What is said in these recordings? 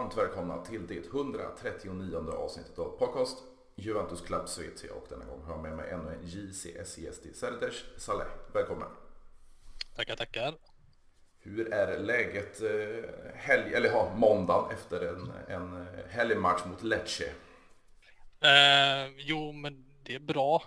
varmt välkomna till det 139 avsnittet av podcast Juventus Club Svezia, och denna gång har jag med mig ännu en JCS-gäst, Serdej Saleh. Välkommen. Tackar. Hur är läget måndagen efter en helgmatch mot Lecce? Jo, men det är bra.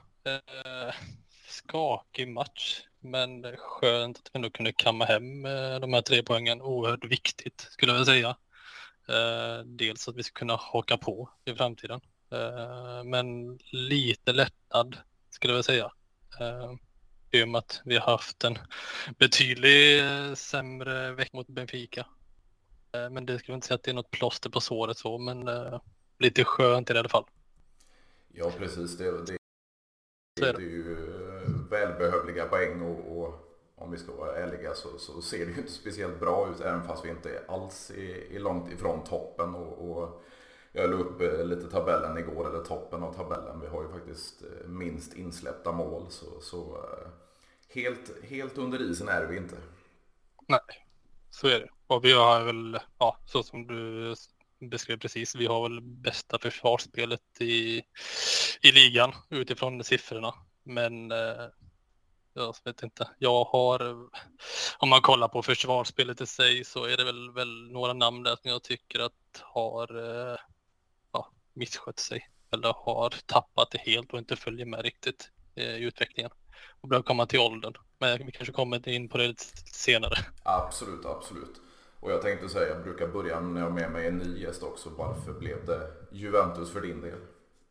Skakig match, men skönt att vi ändå kunde kamma hem de här 3 poängen. Oerhört viktigt skulle jag säga. Dels att vi ska kunna haka på i framtiden. Men lite lättnad skulle jag säga. I och med att vi har haft en betydligt sämre vecka mot Benfica. Men det skulle jag inte säga att det är något plåster på såret så, men lite skönt i alla fall. Ja, precis. Det är ju välbehövliga poäng och om vi ska vara ärliga så ser det ju inte speciellt bra ut, även fast vi inte alls är långt ifrån toppen. Och jag la upp lite tabellen igår, eller toppen av tabellen. Vi har ju faktiskt minst insläppta mål, så helt under isen är vi inte. Nej, så är det. Och vi har väl, så som du beskrev precis, vi har väl bästa försvarsspelet i ligan utifrån siffrorna. Men jag vet inte. Om man kollar på försvarsspelet i sig, så är det väl några namn där som jag tycker att har misskött sig. Eller har tappat det helt och inte följer med riktigt i utvecklingen. Och börjar komma till åldern. Men vi kanske kommer in på det lite senare. Absolut. Och jag tänkte säga, jag brukar börja när jag har med mig en ny gäst också. Varför blev det Juventus för din del?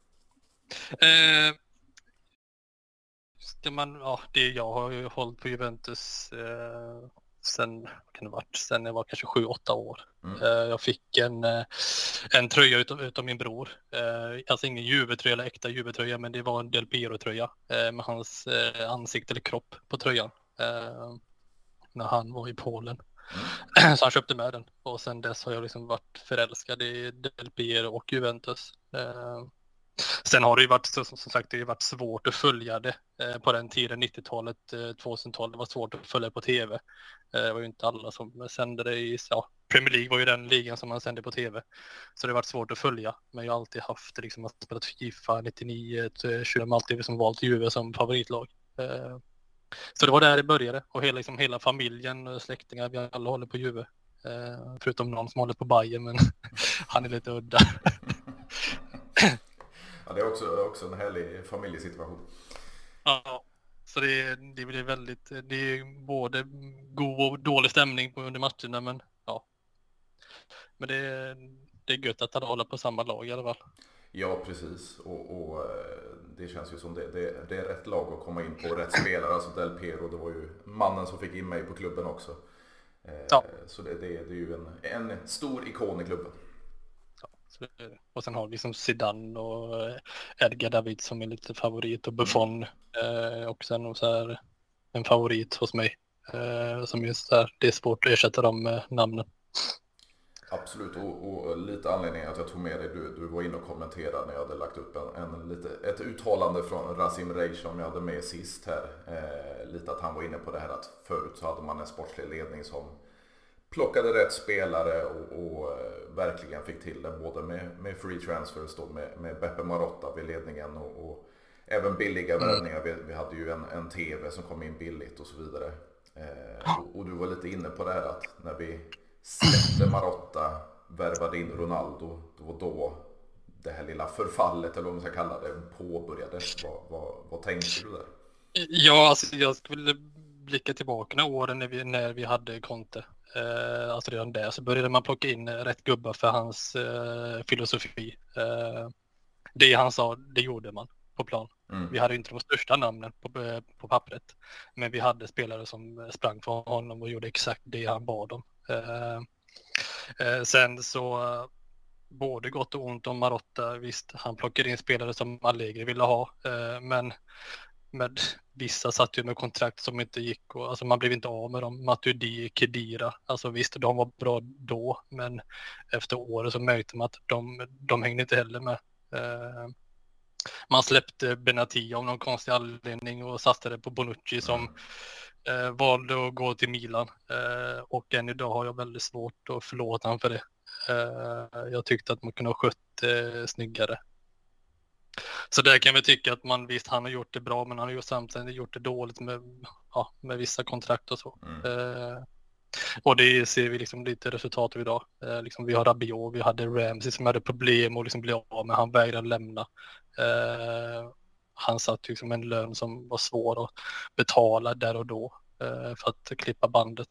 Jag har ju hållit på Juventus sen jag var kanske 7-8 år. Jag fick en tröja utav min bror. Alltså ingen Juve-tröja eller äkta Juve-tröja, men det var en Del Piero-tröja med hans ansikte eller kropp på tröjan när han var i Polen. Så han köpte med den, och sen dess har jag liksom varit förälskad i Del Piero och Juventus. Sen har det ju varit, som sagt, det har varit svårt att följa det på den tiden, 90-talet, 2000-talet. Det var svårt att följa på tv. Det var ju inte alla som sände det i, Premier League var ju den ligan som man sände på tv. Så det har varit svårt att följa. Men jag har alltid haft det, liksom, att spela FIFA 99, 20, jag har alltid liksom valt Juve som favoritlag. Så det var där det började, och hela familjen och släktingar, vi alla håller på Juve. Förutom någon som håller på Bayern, men han är lite udda. Ja, det är också en härlig familjesituation. Ja, så det blir väldigt, det är både god och dålig stämning under matcherna, men men det är gött att hålla på samma lag i alla fall. Ja, precis. Och det känns ju som det är rätt lag att komma in på, rätt spelare. Alltså Del Piero, det var ju mannen som fick in mig på klubben också. Så det är ju en stor ikon i klubben. Och sen har vi liksom Zidane och Edgar David som är lite favorit, och Buffon och sen så här en favorit hos mig som just där, det är svårt att ersätta de namnen. Absolut, och lite anledning att jag tog med dig, du var inne och kommenterade när jag hade lagt upp ett uttalande från Rasim Reis som jag hade med sist här, lite att han var inne på det här att förut så hade man en sportslig ledning som plockade rätt spelare och verkligen fick till det, både med free transfers då, med Beppe Marotta vid ledningen och även billiga värvningar. Vi hade ju en TV som kom in billigt och så vidare. Och du var lite inne på det här att när vi släppte Marotta, värvade in Ronaldo, det var då det här lilla förfallet, eller vad man ska kalla det, påbörjades. Vad tänkte du där? Ja, alltså jag skulle blicka tillbaka några åren när vi hade Conte. Alltså redan där så började man plocka in rätt gubbar för hans filosofi. Det han sa, det gjorde man på plan. Vi hade inte de största namnen på pappret, men vi hade spelare som sprang för honom och gjorde exakt det han bad om. Sen så både gott och ont om Marotta. Visst, han plockade in spelare som Allegri ville ha, men med vissa satt ju med kontrakt som inte gick, och alltså man blev inte av med dem. Matuidi, Khedira, alltså visst, de var bra då, men efter året så märkte man att de hängde inte heller med. Man släppte Benatia av någon konstig anledning och satsade på Bonucci som valde att gå till Milan, och än idag har jag väldigt svårt att förlåta honom för det. Jag tyckte att man kunde ha skött snyggare. Så där kan vi tycka att man visst, han har gjort det bra, men han har ju samtidigt gjort det dåligt med vissa kontrakt och så. Och det ser vi liksom lite resultat av idag. Liksom vi har Rabiot, vi hade Ramsey som hade problem och liksom bli av med. Han vägrade lämna. Han satt liksom en lön som var svår att betala där och då för att klippa bandet.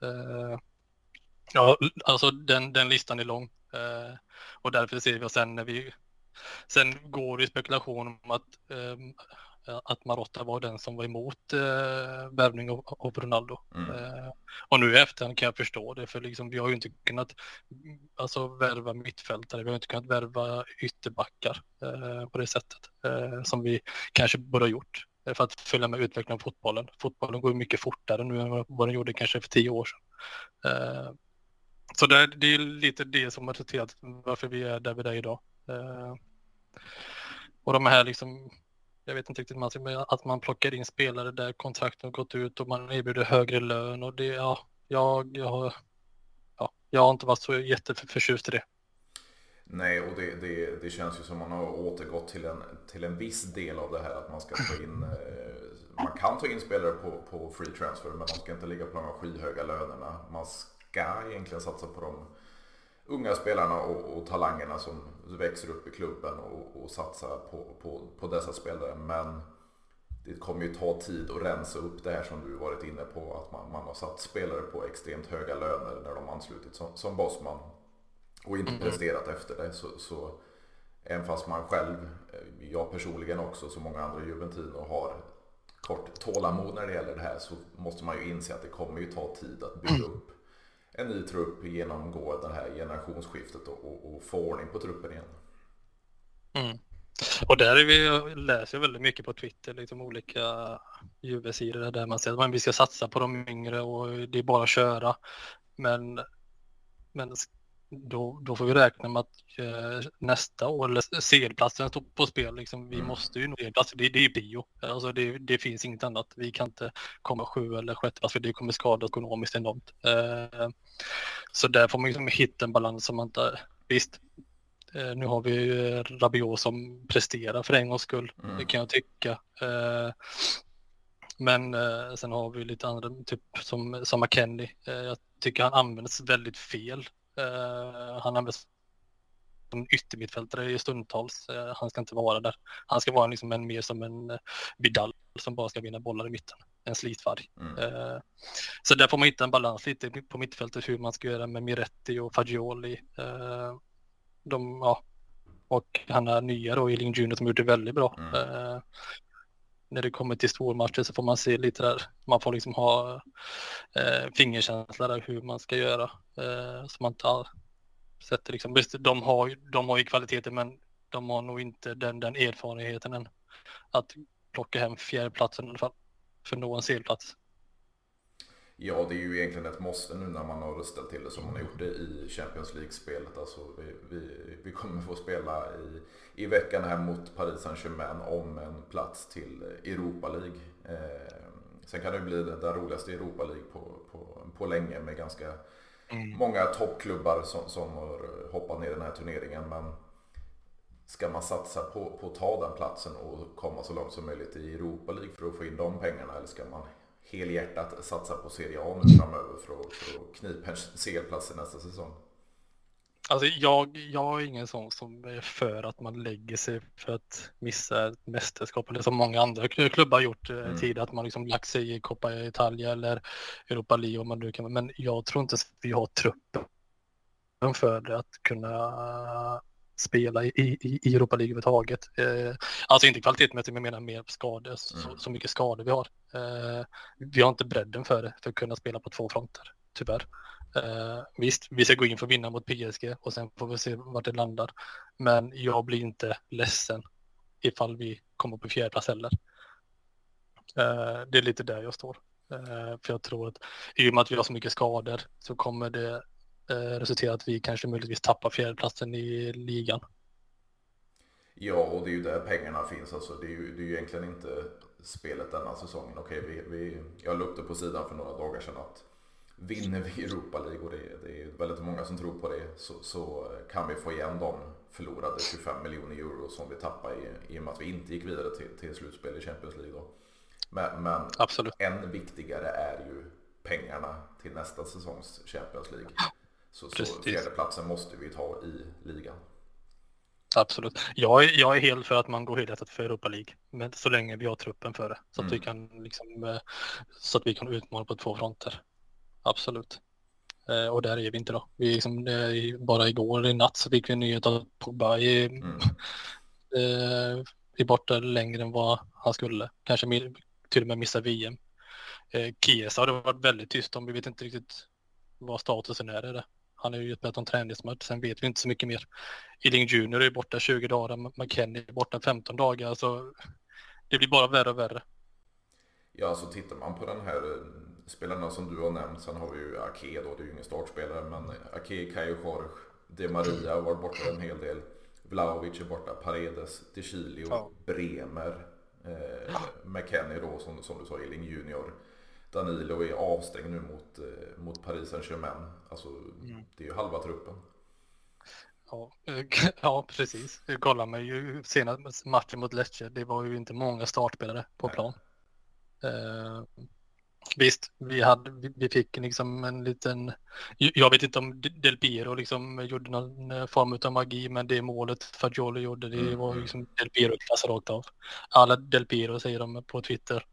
Ja, alltså den listan är lång. Och därför ser vi, och sen går det spekulation om att Marotta var den som var emot värvning av Ronaldo. Och nu i efterhand kan jag förstå det, för liksom, vi har ju inte kunnat värva mittfältare, vi har inte kunnat värva ytterbackar på det sättet som vi kanske borde ha gjort för att följa med utvecklingen av fotbollen. Fotbollen går mycket fortare nu än vad den gjorde kanske för 10 år sedan. Så det är lite det som har resulterat varför vi är där vi är idag. Och de här liksom, jag vet inte riktigt, att man plockar in spelare där kontrakten har gått ut och man erbjuder högre lön, och det, jag har inte varit så jätteförtjust i det. Nej, och det känns ju som man har återgått till en viss del av det här, att man ska ta in, man kan ta in spelare på free transfer, men de ska inte ligga på de skyhöga lönerna. Man ska egentligen satsa på de unga spelarna och talangerna som växer upp i klubben och satsa på dessa spelare. Men det kommer ju ta tid att rensa upp det här som du varit inne på, att man har satt spelare på extremt höga löner när de anslutit som bossman och inte presterat efter det. Så även fast man själv, jag personligen också, som många andra Juventino, har kort tålamod när det gäller det här, så måste man ju inse att det kommer ju ta tid att bygga upp en ny trupp, genomgå det här generationsskiftet och få ordning på truppen igen. Och där läser jag väldigt mycket på Twitter, liksom olika Juve-sidor där man säger att vi ska satsa på de yngre och det är bara att köra. Men då får vi räkna med att nästa år, eller CL-platsen står på spel. Liksom, vi måste ju nå CL-plats, det är bio. Alltså det finns inget annat. Vi kan inte komma 7 eller 6 plats, för det kommer skada ekonomiskt enormt. Så där får man liksom hitta en balans som man inte... Visst, nu har vi Rabiot som presterar för en gångs skull, det kan jag tycka. Men sen har vi lite andra, typ som McKennie. Jag tycker han används väldigt fel. Han används som yttermittfältare i stundtals. Han ska inte vara där. Han ska vara liksom mer som en Vidal som bara ska vinna bollar i mitten. En slitvarg. Så där får man hitta en balans lite på mittfältet, hur man ska göra med Miretti och Fagioli. Och han är nya då, Eling Junior, som gjort det väldigt bra. När det kommer till stormatcher så får man se lite där. Man får liksom ha fingerkänsla där hur man ska göra. Så man inte sätter liksom... De har ju kvaliteter, men de har nog inte den erfarenheten än. Att plocka hem fjärdeplatsen i alla fall. För nå en CL-plats. Ja, det är ju egentligen ett måste nu när man har ställt till det som man har gjort det i Champions League-spelet. Alltså vi kommer få spela i veckan här mot Paris Saint-Germain om en plats till Europa League. Sen kan det bli den roligaste Europa League på länge, med ganska många toppklubbar som har hoppat ner i den här turneringen. Men ska man satsa på att ta den platsen och komma så långt som möjligt i Europa League för att få in de pengarna, eller ska man helhjärtat satsa på Serie A nu framöver för att knipa en CL-plats i nästa säsong? Alltså jag är ingen sån som är för att man lägger sig för att missa ett mästerskap, eller som många andra klubbar har gjort tidigare, att man liksom lagt sig i Coppa Italia eller Europa League om man nu kan. Men jag tror inte att vi har truppen för att kunna spela i Europa League överhuvudtaget. Alltså inte kvalitetsmässigt, men jag menar mer skador, så mycket skador vi har. Vi har inte bredden för att kunna spela på 2 fronter, tyvärr. Visst, vi ska gå in för att vinna mot PSG och sen får vi se vart det landar. Men jag blir inte ledsen ifall vi kommer på 4:e plats heller. Det är lite där jag står. För jag tror att i och med att vi har så mycket skador så kommer det resultera att vi kanske möjligtvis tappar 4:e platsen i ligan. Ja, och det är ju där pengarna finns. Alltså, det är ju egentligen inte spelet denna säsongen. Okej, jag la upp det på sidan för några dagar sedan att vinner vi Europa League, och det är väldigt många som tror på det, så kan vi få igen de förlorade 25 miljoner euro som vi tappade i och med att vi inte gick vidare till slutspel i Champions League då. Men Absolut. än viktigare är ju pengarna till nästa säsongs Champions League. Så fjärdeplatsen måste vi ta i ligan. Absolut. Jag är helt för att man går helhjärtat för Europa League, men så länge vi har truppen för det, så att vi kan så att vi kan utmana på 2 fronter. Absolut. Och där är vi inte då. Vi liksom, bara igår i natt så fick vi en nyhet att Pogba är borta längre än vad han skulle. Kanske till och med missa VM. Chiesa har det varit väldigt tyst om. Vi vet inte riktigt vad statusen är det. Han har ju gjort med en träningsmatch. Sen vet vi inte så mycket mer. Ealing Junior är borta 20 dagar. McKennie är borta 15 dagar. Så det blir bara värre och värre. Ja, så tittar man på den här spelarna som du har nämnt. Sen har vi ju Ake då. Det är ju ingen startspelare. Men Ake, Kajo Jorge, De Maria var borta en hel del. Vlahovic är borta. Paredes, De Chilio, Bremer. McKennie då, som du sa, Ealing Junior. Danilo är avstängd nu mot Paris Saint-Germain. Alltså, det är ju halva truppen. Ja, precis. Jag kollar mig ju senast matchen mot Lecce. Det var ju inte många startspelare på plan. Visst, vi fick liksom en liten... Jag vet inte om Del Piero liksom gjorde någon form av magi, men det målet Fagioli gjorde, det var ju liksom Del Piero-klass rakt av. Alla Del Piero säger de på Twitter.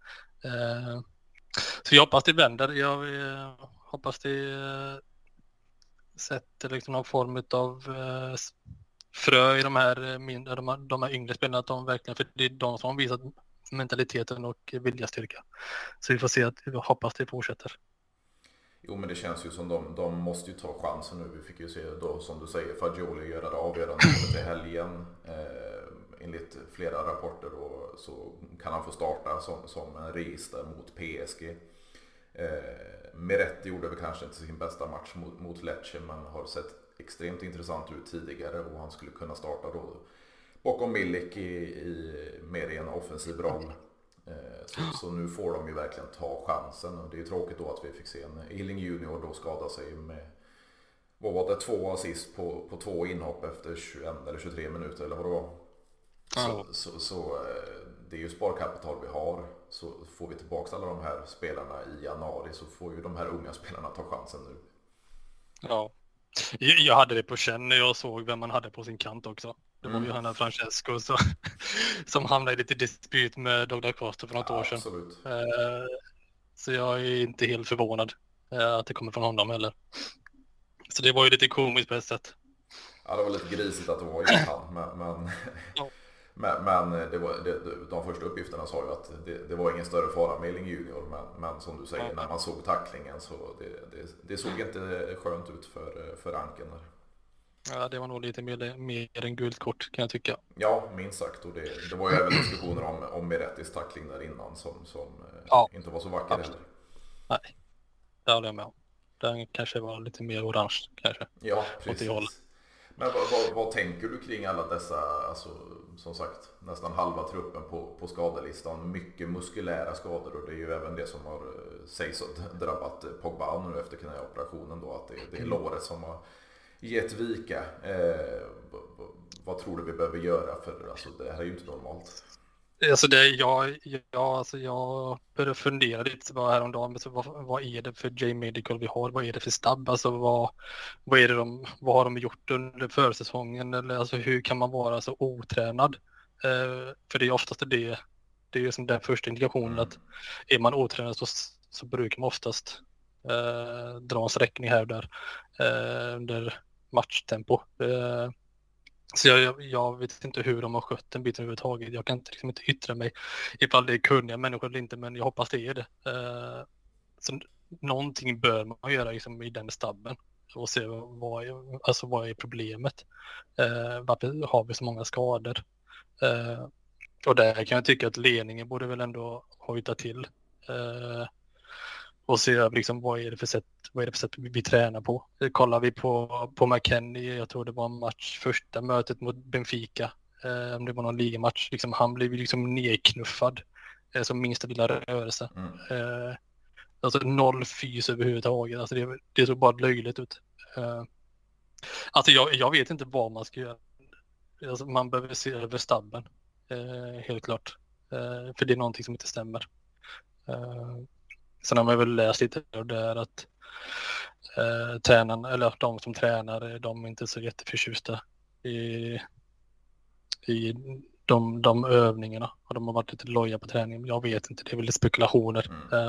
Så jag hoppas det vänder. Jag hoppas det sätter liksom någon form av frö i de här yngre spelarna, att de verkligen, för det är de som har visat mentaliteten och viljastyrka. Så vi får se, jag hoppas det fortsätter. Jo, men det känns ju som de måste ju ta chansen nu. Vi fick ju se då, som du säger, Fagioli göra det avgörande målet i helgen. Enligt flera rapporter då, så kan han få starta som en register mot PSG. Meretti gjorde väl kanske inte sin bästa match mot Lecce, men har sett extremt intressant ut tidigare, och han skulle kunna starta då bakom Milik i mer i en offensiv roll. Så nu får de ju verkligen ta chansen, och det är ju tråkigt då att vi fick se en Ealing Junior då skada sig med, vad var det, 2 assist på 2 inhopp efter 21 eller 23 minuter eller vad det var. Så det är ju sparkapital vi har. Så får vi tillbaka alla de här spelarna i januari, så får ju de här unga spelarna ta chansen nu. Ja, jag hade det på känn när jag såg vem man hade på sin kant också. Det var ju Hanna Francesco som hamnade i lite dispyt med Douglas Costa för något år sedan. Absolut. Så jag är inte helt förvånad att det kommer från honom heller. Så det var ju lite komiskt på ett sätt. Ja, det var lite grisigt att det var just han, men de första uppgifterna sa ju att det var ingen större fara med Ealing Junior, men som du säger, när man såg tacklingen så det såg inte skönt ut för Anken där. Ja, det var nog lite mer än gult kort, kan jag tycka. Ja, minst sagt, och det var ju även diskussioner om Merettis tackling där innan som inte var så vacker heller. Nej, det håller jag med om. Den kanske var lite mer orange kanske. Ja, precis. Men vad tänker du kring alla dessa, alltså, som sagt, nästan halva truppen på skadelistan, mycket muskulära skador, och det är ju även det som har sägs drabbat Pogba nu efter knäoperationen då, att det är låret som har gett vika. Vad tror du vi behöver göra, för alltså, det här är ju inte normalt. Alltså jag började fundera lite häromdagen, vad är det för J-Medical vi har, vad är det för stabb, alltså vad har de gjort under försäsongen, eller alltså hur kan man vara så otränad, för det är oftast det är ju som den första indikationen att är man otränad så brukar man oftast dra en sträckning här och där under matchtempo. Så jag vet inte hur de har skött den biten överhuvudtaget. Jag kan inte yttra mig ifall det är kunniga människor eller inte, men jag hoppas det är det. Så någonting bör man göra liksom i den stabben och se vad är problemet. Varför har vi så många skador? Och där kan jag tycka att ledningen borde väl ändå hojta till och se liksom vad är det för sätt vi tränar på. Kollar vi på McKennie, jag tror det var en match, första mötet mot Benfica, om det var någon ligamatch, liksom, han blev liksom nedknuffad som minsta lilla rörelse. Alltså noll fys överhuvudtaget. Alltså det såg bara löjligt ut. Alltså jag vet inte vad man ska göra. Alltså man behöver se över stabben. Helt klart. För det är någonting som inte stämmer. Sen har man väl läst lite där att tränaren, eller de som tränar, de är inte så jätteförtjusta i de övningarna. Och de har varit lite loja på träningen. Jag vet inte, det är väl lite spekulationer.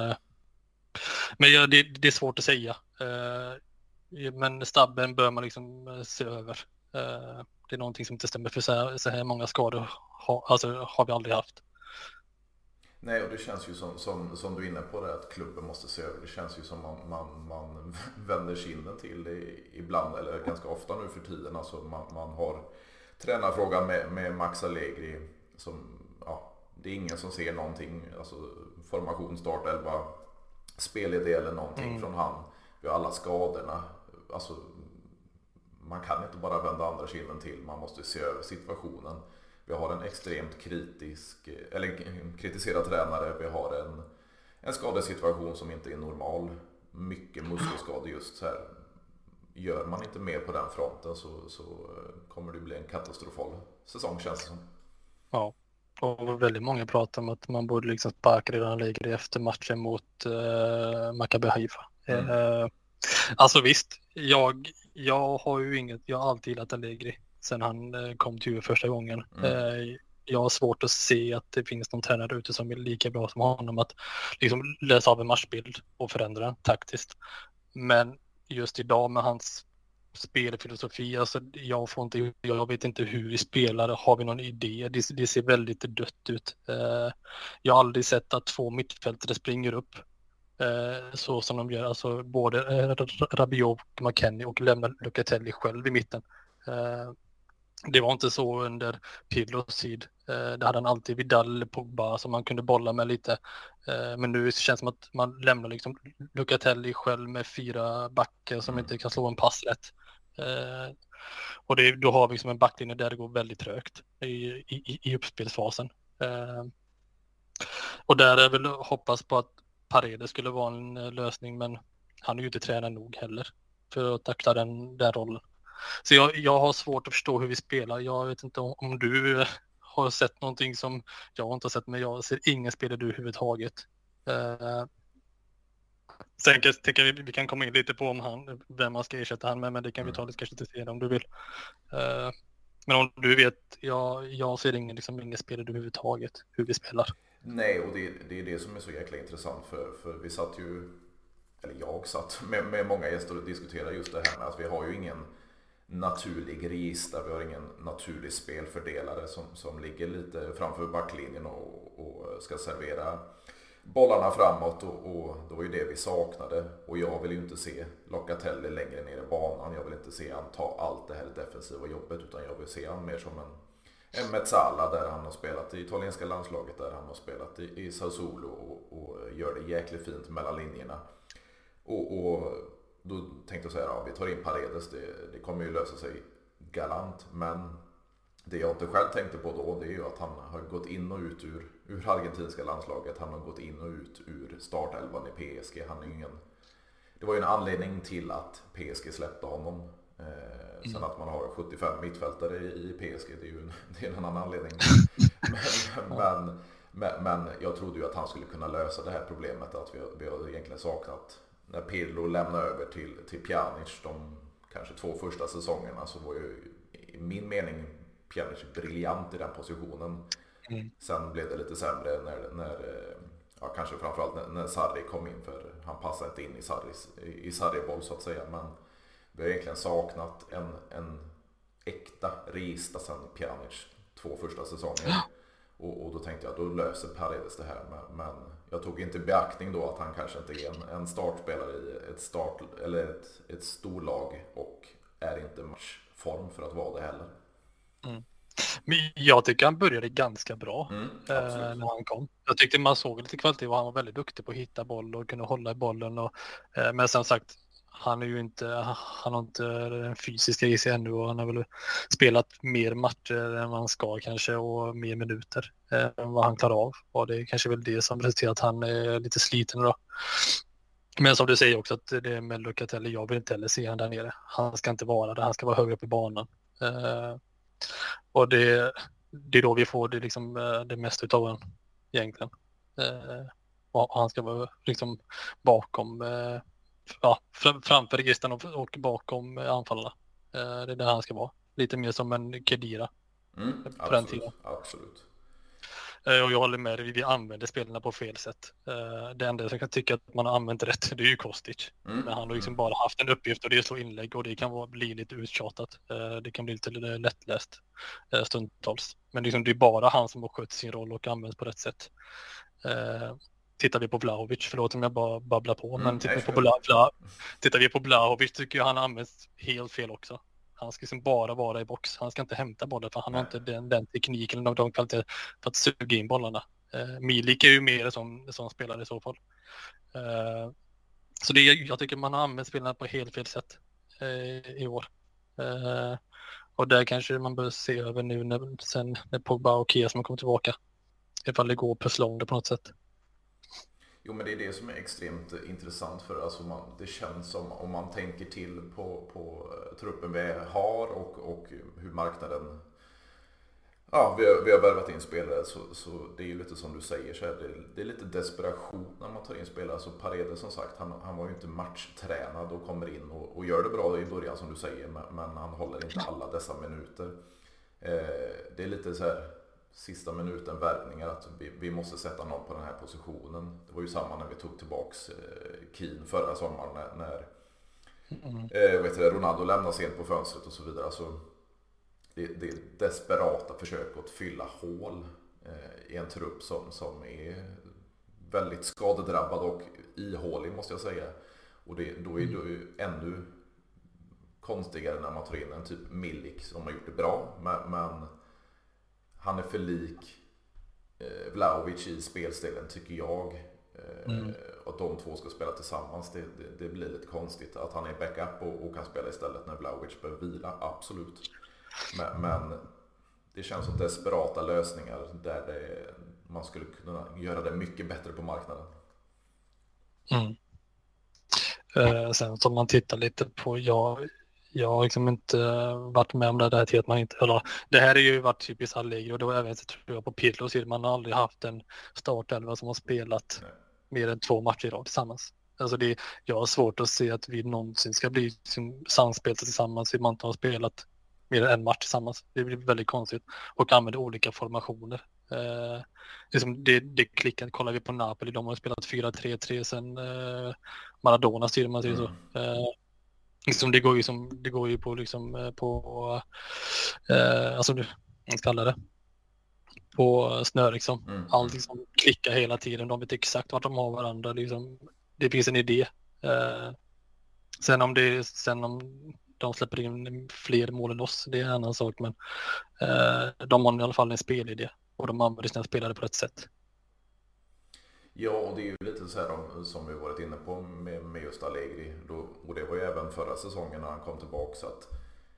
Men det är svårt att säga. Men stabben bör man liksom se över. Det är någonting som inte stämmer, för så här många skador har vi aldrig haft. Nej, och det känns ju som du är inne på det, att klubben måste se över. Det känns ju som man vänder kinden till det ibland, eller ganska ofta nu för tiden. Alltså man har tränarfrågan med Max Allegri som, ja, det är ingen som ser någonting, alltså formation, start 11, spelidé eller någonting från han. Vi har alla skadorna. Alltså man kan inte bara vända andra kinden till, man måste se över situationen. Vi har en extremt kritiserad tränare. Vi har en skadesituation som inte är normal. Mycket muskelskador just så här. Gör man inte mer på den fronten så kommer det bli en katastrofal säsong, känns det som. Ja, och väldigt många pratar om att man borde liksom sparka redan lägre efter matchen mot Maccabi Haifa. Alltså visst, jag har alltid gillat Allegri sen han kom till första gången. Jag har svårt att se att det finns någon tränare ute som är lika bra som honom att liksom läsa av en matchbild och förändra taktiskt. Men just idag med hans spelfilosofi, alltså jag vet inte hur vi spelar, har vi någon idé? Det ser väldigt dött ut. Jag har aldrig sett att två mittfältare springer upp så som de gör, alltså både Rabiot och McKennie, och lämnar Locatelli själv i mitten. Det var inte så under Pirlos tid. Det hade han alltid Vidal, Pogba, som man kunde bolla med lite. Men nu känns det som att man lämnar liksom Locatelli själv med 4 backar som inte kan slå en pass rätt. Och då har vi liksom en backlinje där det går väldigt trögt i uppspelsfasen. Och där är väl hoppas på att Paredes skulle vara en lösning, men han är ju inte tränad nog heller för att tackla den rollen. Så jag har svårt att förstå hur vi spelar. Jag vet inte om du har sett någonting som jag inte har sett, men jag ser ingen spelare du överhuvudtaget. Sen tänker vi kan komma in lite på vem man ska ersätta han med, men det kan vi ta lite kanske senare om du vill. Men om du vet, jag ser ingen spelare du överhuvudtaget hur vi spelar. Nej, och det är det som är så jäkla intressant, för vi satt ju, eller jag satt med många gäster och diskuterade just det här med att vi har ju ingen naturlig register, vi har ingen naturlig spelfördelare som ligger lite framför backlinjen och ska servera bollarna framåt, och det var ju det vi saknade. Och jag vill ju inte se Locatelli längre ner i banan, jag vill inte se han ta allt det här defensiva jobbet, utan jag vill se han mer som en Mezzala, där han har spelat i italienska landslaget, där han har spelat i Sassuolo och gör det jäkligt fint mellan linjerna. Och då tänkte jag säga, ja, vi tar in Paredes, det kommer ju lösa sig galant. Men det jag inte själv tänkte på då, det är ju att han har gått in och ut ur argentinska landslaget. Han har gått in och ut ur startelvan i PSG. Det var ju en anledning till att PSG släppte honom. Sen att man har 75 mittfältare i PSG, det är en annan anledning. Men jag trodde ju att han skulle kunna lösa det här problemet, att vi har egentligen saknat. När Pirlo lämnade över till Pjanic de kanske 2 första säsongerna, så var ju i min mening Pjanic briljant i den positionen. Sen blev det lite sämre när kanske framförallt när Sarri kom in, för han passade inte in i Sarri-boll så att säga. Men vi har egentligen saknat en äkta register sen Pjanic 2 första säsonger. Och då tänkte jag, då löser Paredes det här. Men jag tog inte beaktning då att han kanske inte är en startspelare i ett storlag, och är inte matchform för att vara det heller. Men jag tycker han började ganska bra när han kom. Jag tyckte man såg lite kvalitet och han var väldigt duktig på att hitta boll och kunna hålla i bollen. Men som sagt, han har inte den fysiska i sig ännu, och han har väl spelat mer matcher än vad han ska kanske, och mer minuter än vad han klarar av. Och det är kanske väl det som resulterar att han är lite sliten då. Men som du säger också att det är med Locatelli, jag vill inte heller se han där nere. Han ska inte vara där, han ska vara högre upp i banan. Och det är då vi får det, liksom, det mesta utav en egentligen. Och han ska vara liksom bakom, framför registern och bakom anfallarna. Det är där han ska vara. Lite mer som en Kedira på den tiden. Absolut. Och jag håller med dig, vi använder spelarna på fel sätt. Det enda jag kan tycka att man har använt rätt, det är ju Kostic. Men han har liksom bara haft en uppgift och det är att slå inlägg och det kan bli lite uttjatat. Det kan bli lite lättläst stundtals. Men liksom, det är bara han som har skött sin roll och används på rätt sätt. Tittar vi på Vlahovic, förlåt om jag bara babblar på, men tittar vi på Vlahovic tycker jag han används helt fel också. Han ska liksom bara vara i box. Han ska inte hämta bollen för han har inte den tekniken eller de kvaliteter för att suga in bollarna. Milik är ju mer som spelare i så fall. Så jag tycker man har använt spelarna på helt fel sätt i år. Och där kanske man bör se över nu när Pogba och Kia som har kommit tillbaka. Ifall det går plus lång på något sätt. Jo, men det är det som är extremt intressant för alltså det känns som om man tänker till på truppen vi har och hur marknaden vi har värvat in spelare så det är ju lite som du säger så här, det är lite desperation när man tar in spelare. Alltså Paredes som sagt, han var ju inte matchtränad och kommer in och gör det bra i början som du säger, men han håller inte alla dessa minuter. Det är lite så här sista minuten värvningar att vi måste sätta någon på den här positionen. Det var ju samma när vi tog tillbaks Keane förra sommaren när Ronaldo lämnade sent på fönstret och så vidare. Alltså, det är desperata försök att fylla hål i en trupp som är väldigt skadedrabbad och ihålig måste jag säga. Och då är det ju ännu konstigare när man tar in en typ Milik som har gjort det bra, men han är för lik Vlahovic i spelstilen tycker jag. Att de två ska spela tillsammans, det blir lite konstigt. Att han är backup och kan spela istället när Vlahovic behöver vila, absolut. Men det känns som desperata lösningar där man skulle kunna göra det mycket bättre på marknaden. Sen som man tittar lite på, jag har liksom inte varit med om det här till att man inte, eller det här är ju varit typiskt Allegri och då även så tror jag på Pirlos sida, man har aldrig haft en startelva som har spelat mer än 2 matcher i rad tillsammans. Alltså jag har svårt att se att vi någonsin ska bli samspelta tillsammans i man inte har spelat mer än en match tillsammans. Det blir väldigt konstigt och använder olika formationer. Det klickar, kollar vi på Napoli, de har spelat 4-3-3 sen Maradona styrde man sig så. Liksom det går ju på liksom på alltså du kallar det på snö liksom. Allt liksom klickar hela tiden. De vet exakt vart de har varandra liksom. Det finns en idé. Sen om de släpper in fler mål än oss, det är en annan sak, men de har i alla fall en spelidé och de använder sina spelare på rätt sätt. Ja, och det är ju lite så här som vi varit inne på med just Allegri och det var ju även förra säsongen när han kom tillbaka så att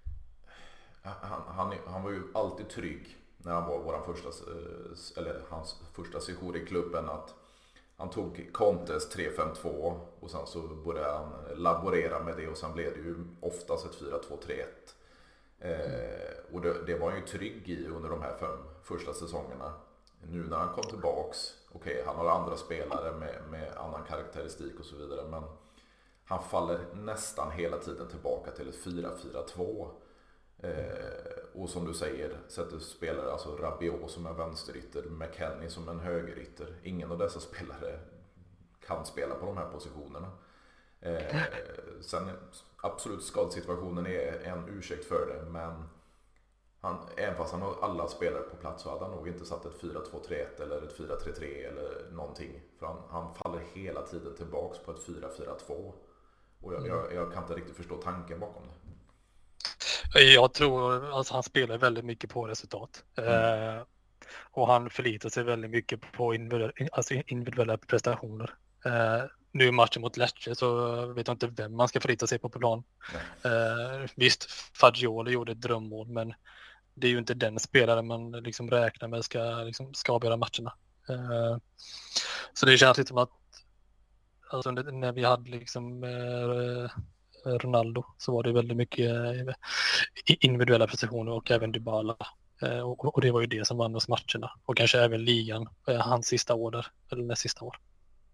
han var ju alltid trygg när han var hans första session i klubben att han tog Contes 3-5-2 och sen så började han laborera med det och sen blev det ju oftast ett 4-2-3-1. Och det var han ju trygg i under de här 5 första säsongerna. Nu när han kom tillbaks, han har andra spelare med annan karaktäristik och så vidare, men han faller nästan hela tiden tillbaka till ett 4-4-2. Och som du säger, sätter spelare, alltså Rabiot som en vänsterytter, McKennie som en högerytter. Ingen av dessa spelare kan spela på de här positionerna. Sen absolut skadsituationen är en ursäkt för det, men även fast han har alla spelare på plats så hade han nog inte satt ett 4-2-3-1 eller ett 4-3-3 eller någonting. För han faller hela tiden tillbaks på ett 4-4-2. Och jag kan inte riktigt förstå tanken bakom det. Jag tror att han spelar väldigt mycket på resultat. Och han förlitar sig väldigt mycket på individuella prestationer. Nu i matchen mot Lecce så vet jag inte vem man ska förlita sig på plan. Visst, Fagioli gjorde ett drömmål, men det är ju inte den spelare man liksom räknar med ska avgöra matcherna. Så det känns lite som att alltså när vi hade liksom Ronaldo så var det väldigt mycket individuella prestationer och även Dybala. Och det var ju det som vann oss matcherna. Och kanske även ligan, hans sista år där, eller näst sista år.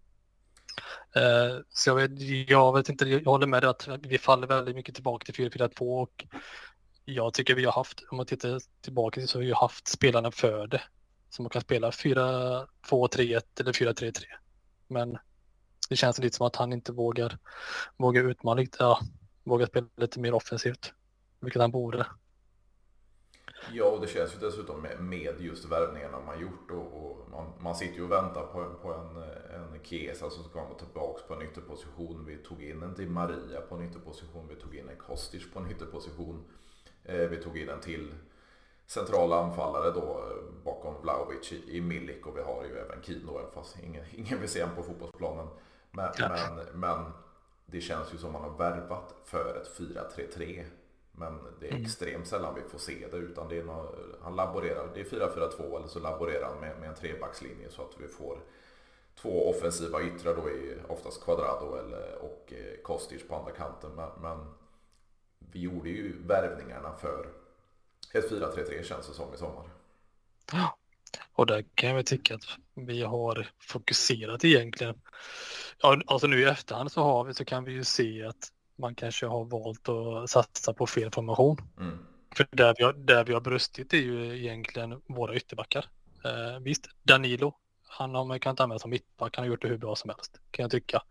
Så jag vet inte, jag håller med dig att vi faller väldigt mycket tillbaka till 4-4-2 och jag tycker vi har haft, om man tittar tillbaka så har vi haft spelarna för det. Så man kan spela 4-2-3-1 eller 4-3-3. Men det känns lite som att han inte vågar utmana lite, vågar spela lite mer offensivt, vilket han borde. Ja, och det känns ju dessutom med just värvningarna man gjort och man sitter ju och väntar på en Chiesa som ska komma tillbaka på en ytterposition. Vi tog in en Di Maria på en ytterposition, vi tog in en Kostic på en ytterposition, vi tog in en till centrala anfallare då bakom Vlahovic i Milik, och vi har ju även Kino, fast ingen vill se på fotbollsplanen. Men det känns ju som man har värvat för ett 4-3-3. Men det är extremt sällan vi får se det, utan det är han laborerar, det är 4-4-2 eller så laborerar han med en trebackslinje så att vi får två offensiva yttrar då i oftast Cuadrado och Kostic på andra kanten. Men vi gjorde ju värvningarna för ett 4-3-3 känns det som i sommar. Ja, och där kan jag väl tycka att vi har fokuserat egentligen. Ja, alltså nu i efterhand så kan vi ju se att man kanske har valt att satsa på fel formation. För där vi har brustit är ju egentligen våra ytterbackar. Visst, Danilo, man kan inte använda som mittback, han har gjort det hur bra som helst, kan jag tycka.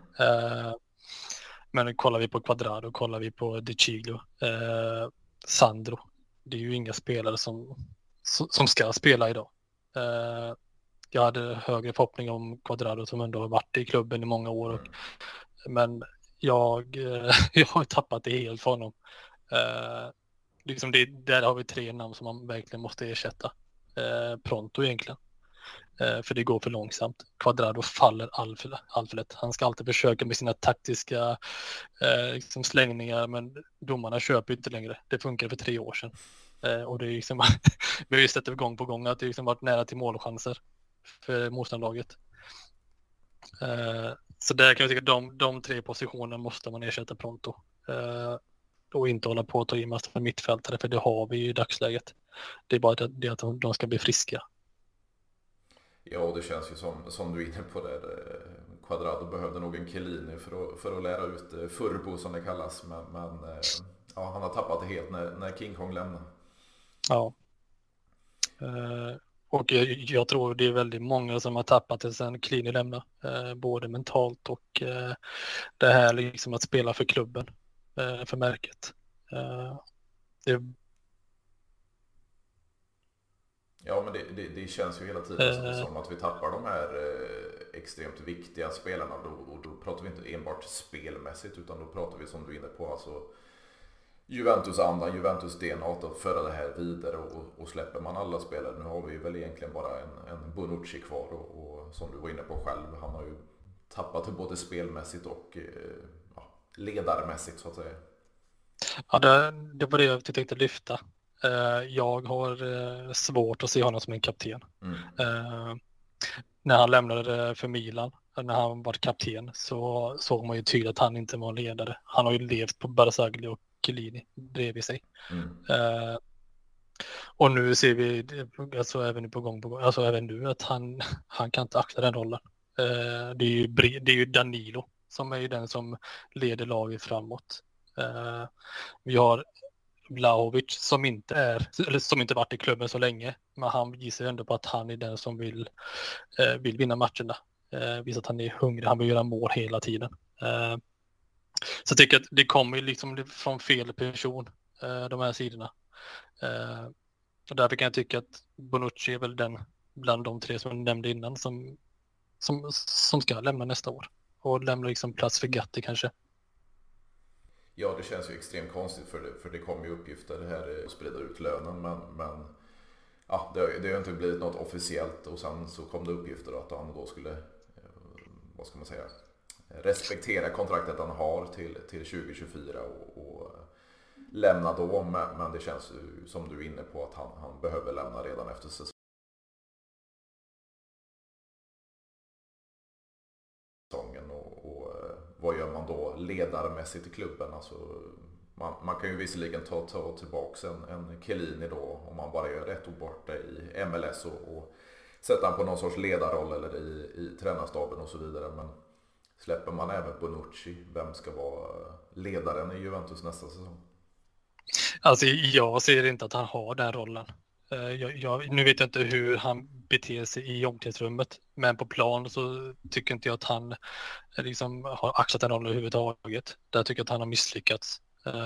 Men kollar vi på Cuadrado, kollar vi på De Chilio, Sandro, det är ju inga spelare som ska spela idag. Jag hade högre förhoppning om Cuadrado som ändå har varit i klubben i många år. Men jag har tappat det helt för honom. Liksom där har vi 3 namn som man verkligen måste ersätta. Pronto egentligen. För det går för långsamt. Cuadrado faller alltför lätt. Han ska alltid försöka med sina taktiska liksom slängningar, men domarna köper inte längre. Det funkar för 3 år sedan. Och det är liksom, vi har ju sett det gång på gång att det liksom varit nära till målchanser för motståndarlaget. Så där kan jag tycka att de 3 positionerna måste man ersätta pronto. Och inte hålla på att ta in massa mittfältare, för det har vi ju i dagsläget. Det är bara det att de ska bli friska. Ja, och det känns ju som du är inne på där. Cuadrado behövde nog en Chiellini för att lära ut Furbo som det kallas. Men ja, han har tappat det helt när King Kong lämnar. Ja. Och jag tror det är väldigt många som har tappat det sen Chiellini lämnar. Både mentalt och det här liksom att spela för klubben, för märket. Ja, men det känns ju hela tiden som att vi tappar de här extremt viktiga spelarna. Och då pratar vi inte enbart spelmässigt, utan då pratar vi, som du är inne på, alltså Juventus-andan, Juventus-DNA, att föra det här vidare, och släpper man alla spelare. Nu har vi väl egentligen bara en Bonucci kvar, och som du var inne på själv, han har ju tappat det både spelmässigt och ledarmässigt så att säga. Ja, det var det jag tänkte lyfta. Jag har svårt att se honom som en kapten. När han lämnade för Milan, när han var kapten, så såg man ju tydligt att han inte var en ledare. Han har ju levt på Barzagli och Chiellini bredvid sig. Och nu ser vi, alltså även på gång, alltså även nu, att han kan inte axla den rollen. Det är ju Danilo som är den som leder laget framåt. Vi har Vlahovic som inte varit i klubben så länge, men han visar ändå på att han är den som vill vinna matcherna. Visar att han är hungrig, han vill göra mål hela tiden. Så jag tycker att det kommer liksom från fel person, de här sidorna. Och därför kan jag tycka att Bonucci är väl den bland de 3 som jag nämnde innan som ska lämna nästa år och lämna liksom plats för Gatti kanske. Ja, det känns ju extremt konstigt, för det kommer ju uppgifter det här att sprida ut lönen, men ja, det har inte blivit något officiellt, och sen så kom det uppgifter att han då skulle, vad ska man säga, respektera kontraktet han har till 2024 och lämna då, men det känns ju som du är inne på att han behöver lämna redan efter säsongen, och vad gör man då ledarmässigt i klubben? Alltså, man kan ju visserligen ta tillbaka en Chiellini då om man bara gör ett år borta i MLS och sätta han på någon sorts ledarroll eller i tränarstaben och så vidare. Men släpper man även Bonucci, vem ska vara ledaren i Juventus nästa säsong? Alltså jag ser inte att han har den rollen. Nu vet jag inte hur han beter sig i omklädningsrummet, men på plan så tycker inte jag att han liksom har axlat den rollen överhuvudtaget. Där tycker jag att han har misslyckats.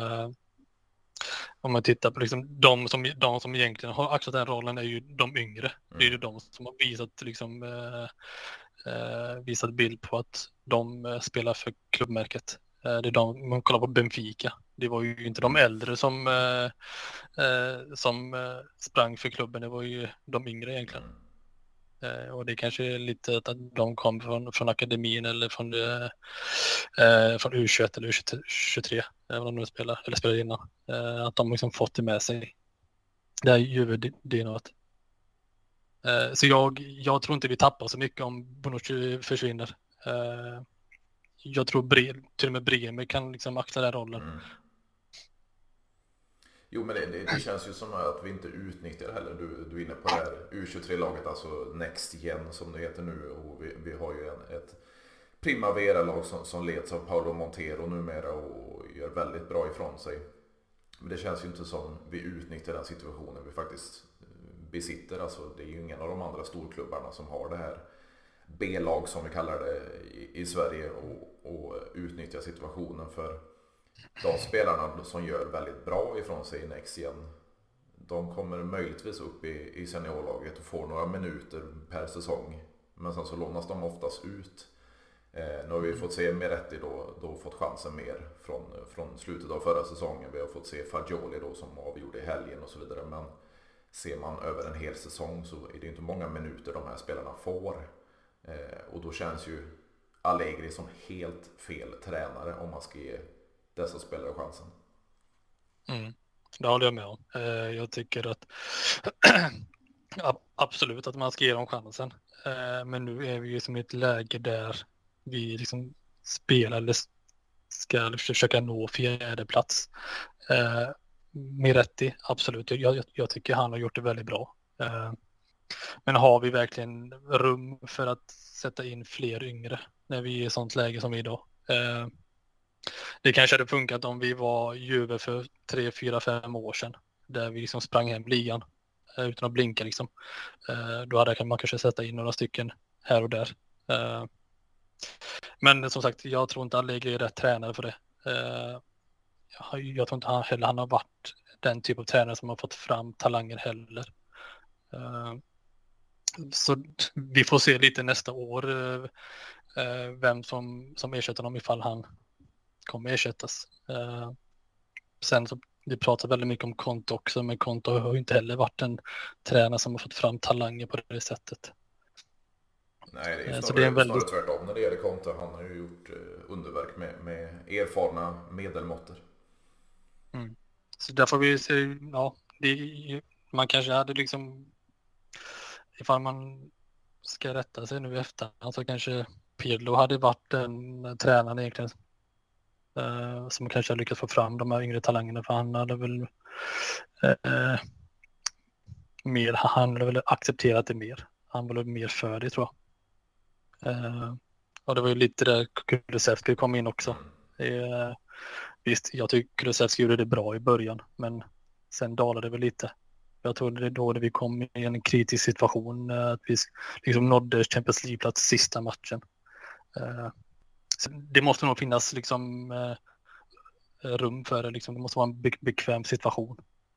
Om man tittar på liksom, de som egentligen har axlat den rollen är ju de yngre. Det är ju de som har visat, liksom, visat bild på att de spelar för klubbmärket. Det är de, man kollar på Benfica. Det var ju inte de äldre som sprang för klubben, det var ju de yngre egentligen. Och det kanske är lite att de kom från akademin eller från U21 eller U23, även om de spelar innan. Att de liksom fått det med sig. Det är ju det något. Så jag tror inte vi tappar så mycket om Bonucci försvinner. Jag tror till och med Bremer kan liksom axla den rollen. Jo, men det känns ju som att vi inte utnyttjar heller. Du är inne på det här U23-laget, alltså Next Gen som det heter nu. Och vi har ju ett Primavera-lag som leds av Paolo Montero numera och gör väldigt bra ifrån sig. Men det känns ju inte som vi utnyttjar den situationen vi faktiskt besitter. Alltså, det är ju ingen av de andra storklubbarna som har det här B-lag som vi kallar det i Sverige och utnyttjar situationen för de spelarna som gör väldigt bra ifrån sig i Next Gen. De kommer möjligtvis upp i seniorlaget och får några minuter per säsong. Men sen så lånas de oftast ut. Nu har vi fått se Meretti då fått chansen mer från slutet av förra säsongen. Vi har fått se Fagioli då som avgjorde i helgen och så vidare. Men ser man över en hel säsong så är det inte många minuter de här spelarna får. Och då känns ju Allegri som helt fel tränare om man ska ge dessa spelare chansen. Det håller jag med om. Jag tycker att absolut att man ska ge dem chansen. Men nu är vi ju som i ett läge där vi liksom spelar eller ska försöka nå fjärde plats. Miretti, absolut. Jag tycker han har gjort det väldigt bra. Men har vi verkligen rum för att sätta in fler yngre när vi är i sånt läge som vi är idag? Det kanske hade funkat om vi var Juve för 3, 4, 5 år sedan. Där vi liksom sprang hem ligan utan att blinka liksom. Då hade man kanske sätta in några stycken här och där. Men som sagt, jag tror inte Allegri är rätt tränare för det. Jag tror inte han har varit den typ av tränare som har fått fram talanger heller. Så vi får se lite nästa år vem som ersätter honom ifall han kommer ersättas. Sen så vi pratar väldigt mycket om Conte också, men Conte har ju inte heller varit en tränare som har fått fram talanger på det sättet. Nej, det är snarare tvärtom när det gäller Conte. Han har ju gjort underverk med erfarna medelmåttor. Så därför vi se, ja, man kanske hade liksom, ifall man ska rätta sig nu efter, så kanske Pirlo hade varit den tränaren egentligen som kanske har lyckats få fram de här yngre talangerna, för han hade väl han hade väl accepterat det mer. Han var mer för det, tror jag. Och det var ju lite där Kulusevski kom in också. Visst, jag tycker Kulusevski gjorde det bra i början, men sen dalade det väl lite. Jag tror det är då vi kom i en kritisk situation, att vi liksom nådde Champions League-plats sista matchen. Det måste nog finnas liksom rum för det. Liksom. Det måste vara en bekväm situation.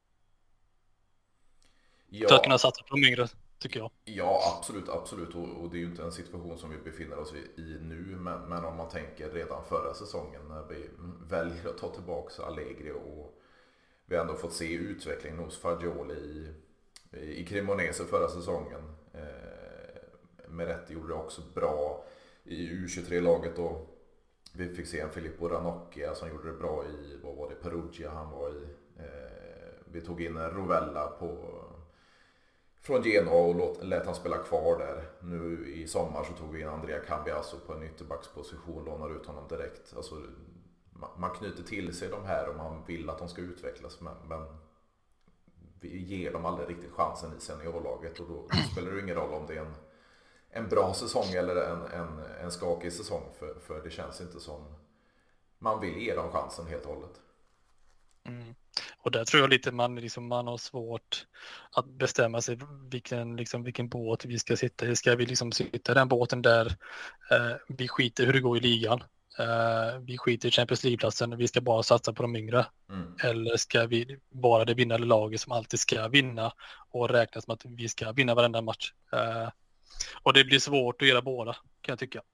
Ja. För att kunna satsa på de yngre, tycker jag. Ja, absolut. Och det är ju inte en situation som vi befinner oss i nu. Men om man tänker redan förra säsongen när vi väljer att ta tillbaka Allegri och vi ändå fått se utvecklingen hos Fagioli i Cremonese förra säsongen. Meretti gjorde det också bra i U23-laget och vi fick se en Filippo Ranocchia som gjorde det bra i, vad var det, Perugia han var i. Vi tog in en Rovella från Genoa och lät han spela kvar där. Nu i sommar så tog vi in Andrea Cambiasso på en ytterbacksposition, lånar ut honom direkt. Alltså, man knyter till sig de här och man vill att de ska utvecklas, men vi ger dem aldrig riktigt chansen i seniorlaget, och då spelar det ingen roll om det är en bra säsong eller en skakig säsong, för det känns inte som man vill ge dem chansen helt och hållet. Mm. Och där tror jag lite man har svårt att bestämma sig vilken båt vi ska sitta i. Ska vi sitta i den båten där vi skiter hur det går i ligan? Vi skiter i Champions League-platsen, vi ska bara satsa på de yngre. Eller ska vi vara det vinnande laget som alltid ska vinna och räknas med att vi ska vinna varenda match? Och det blir svårt att göra båda, kan jag tycka.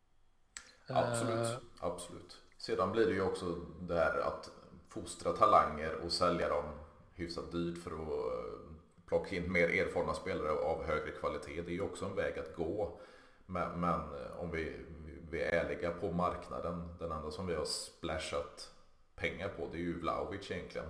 Absolut. Sedan blir det ju också det här att fostra talanger och sälja dem hyfsat dyrt för att plocka in mer erfarna spelare av högre kvalitet. Det är ju också en väg att gå. Men om vi är ärliga på marknaden, den enda som vi har splashat pengar på, det är ju Vlahovic egentligen.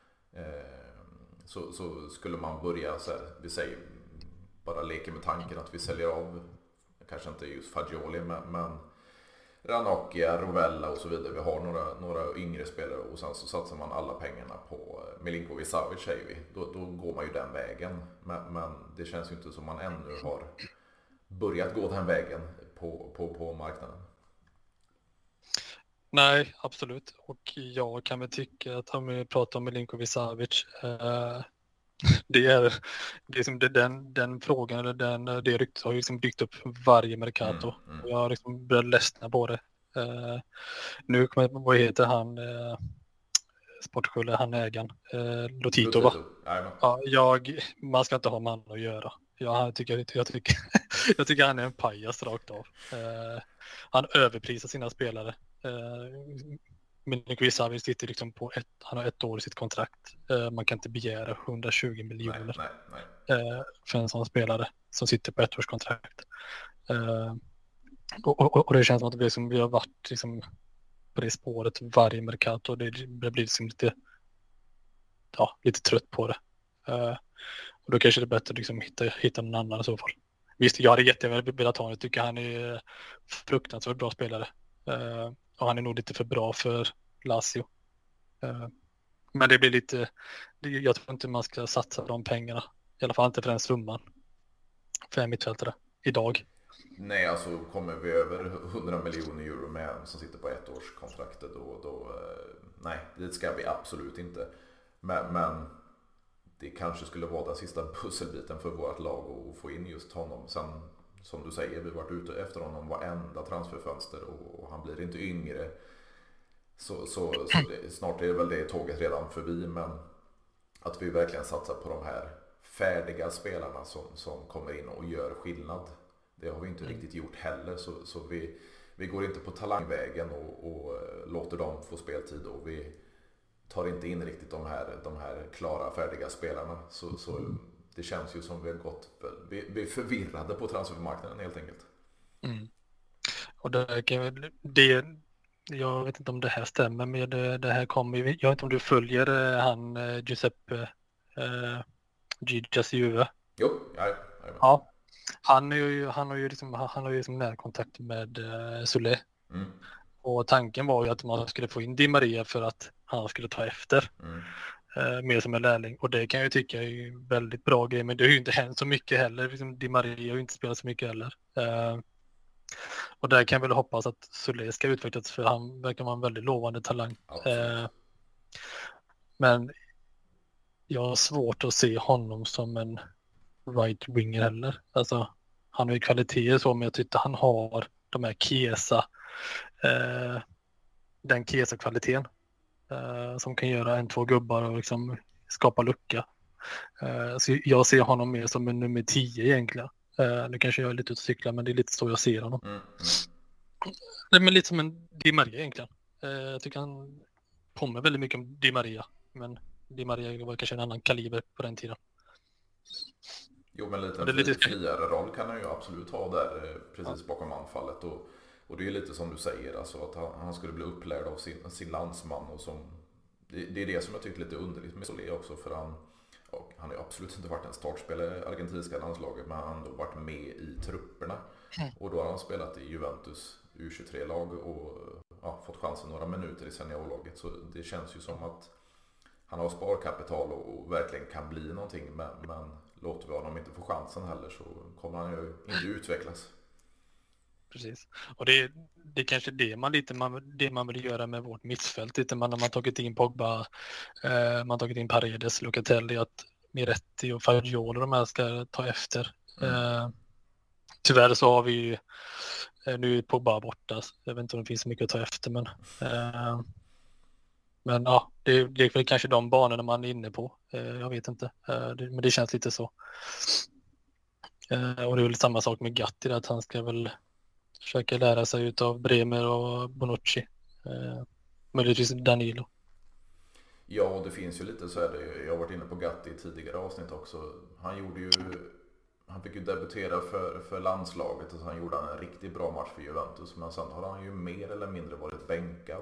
Så skulle man börja så här, vi säger, bara leker med tanken att vi säljer av, kanske inte just Fagioli, men Ranocchia, Rovella och så vidare. Vi har några yngre spelare och sen så satsar man alla pengarna på Milinkovic Savic, säger vi. Då går man ju den vägen. Men det känns ju inte som man ännu har börjat gå den vägen på marknaden. Nej, absolut. Och jag kan väl tycka att om vi pratar om Milinkovic Savic, det är den frågan eller det ryktet har ju dykt upp varje Mercato. Och jag har börjat ledsna på det. Nu kommer jag, vad heter han, sportskjulle, han ägaren, Lotito, va? Ja, man ska inte ha man att göra. Jag tycker han är en pajas rakt av. Han överprisar sina spelare. Milinkovic Savic sitter han har 1 år i sitt kontrakt. Man kan inte begära 120 miljoner för en sån spelare som sitter på 1 års kontrakt. Och det känns som att vi har varit på det spåret varje Mercato. Det blir lite trött på det. Och då kanske det är bättre att hitta någon annan i så fall. Visst, jag hade jättegärna velat ha honom. Jag tycker han är fruktansvärt bra spelare. Och han är nog lite för bra för Lazio. Men det blir lite, jag tror inte man ska satsa de pengarna. I alla fall inte för den summan. För en mittfältare idag. Nej, alltså kommer vi över 100 miljoner euro med som sitter på 1 års kontraktet nej, det ska vi absolut inte. Men det kanske skulle vara den sista pusselbiten för vårt lag att få in just honom. Sen, som du säger, vi har varit ute efter honom varenda transferfönster och han blir inte yngre. Så snart är det väl det tåget redan förbi, men att vi verkligen satsar på de här färdiga spelarna som kommer in och gör skillnad. Det har vi inte riktigt gjort heller, så vi går inte på talangvägen och låter dem få speltid, och vi tar inte in riktigt de här klara färdiga spelarna. Så det känns ju som vi är förvirrade på transfermarknaden helt enkelt. Och jag vet inte om det här stämmer, men det här kommer, jag vet inte om du följer han Giuseppe Gigias Juve. Jo, ja. Han har ju närkontakt med Solé. Och tanken var ju att man skulle få in Di Maria för att han skulle ta efter mer som en lärling. Och det kan jag tycka är en väldigt bra grej, men det har ju inte hänt så mycket heller. Di Maria har ju inte spelat så mycket heller. Och där kan jag väl hoppas att Solé ska utvecklas, för han verkar vara en väldigt lovande talang. Men jag har svårt att se honom som en right winger heller. Alltså, han har ju kvaliteter så, men jag tycker han har de här den Chiesa-kvaliteten som kan göra 1-2 gubbar och skapa lucka. Så jag ser honom mer som en nummer 10 egentligen. Nu kanske jag är lite ute och cyklar, men det är lite så jag ser honom. Det är lite som en Di Maria egentligen. Jag tycker han kommer väldigt mycket om Di Maria, men Di Maria var kanske en annan kaliber på den tiden. Jo, men lite friare roll kan han ju absolut ha där precis bakom anfallet, och det är lite som du säger, alltså att han skulle bli upplärd av sin landsman, och det är det som jag tycker är lite underligt med Solé också, för han har ju absolut inte varit en startspelare i argentinska landslaget, men han har ändå varit med i trupperna. Och då har han spelat i Juventus U23-lag och fått chansen några minuter i seniorlaget. Så det känns ju som att han har sparkapital och verkligen kan bli någonting, men låter vi honom inte få chansen heller så kommer han ju inte utvecklas. Precis. Och det är kanske det man vill göra med vårt mittfält. Lite man har tagit in Pogba, man har tagit in Paredes, Locatelli, att Miretti och Fagiolo de här ska ta efter. Tyvärr så har vi ju nu Pogba borta. Jag vet inte om det finns så mycket att ta efter, men ja, det är väl kanske de banorna man är inne på. Jag vet inte, men det känns lite så. Och det är väl samma sak med Gatti, att han ska väl försöka lära sig utav Bremer och Bonucci. Möjligtvis Danilo. Ja, det finns ju lite så här. Jag har varit inne på Gatti i tidigare avsnitt också. Han fick ju debutera för landslaget och han gjorde en riktigt bra match för Juventus. Men sen har han ju mer eller mindre varit bänkad.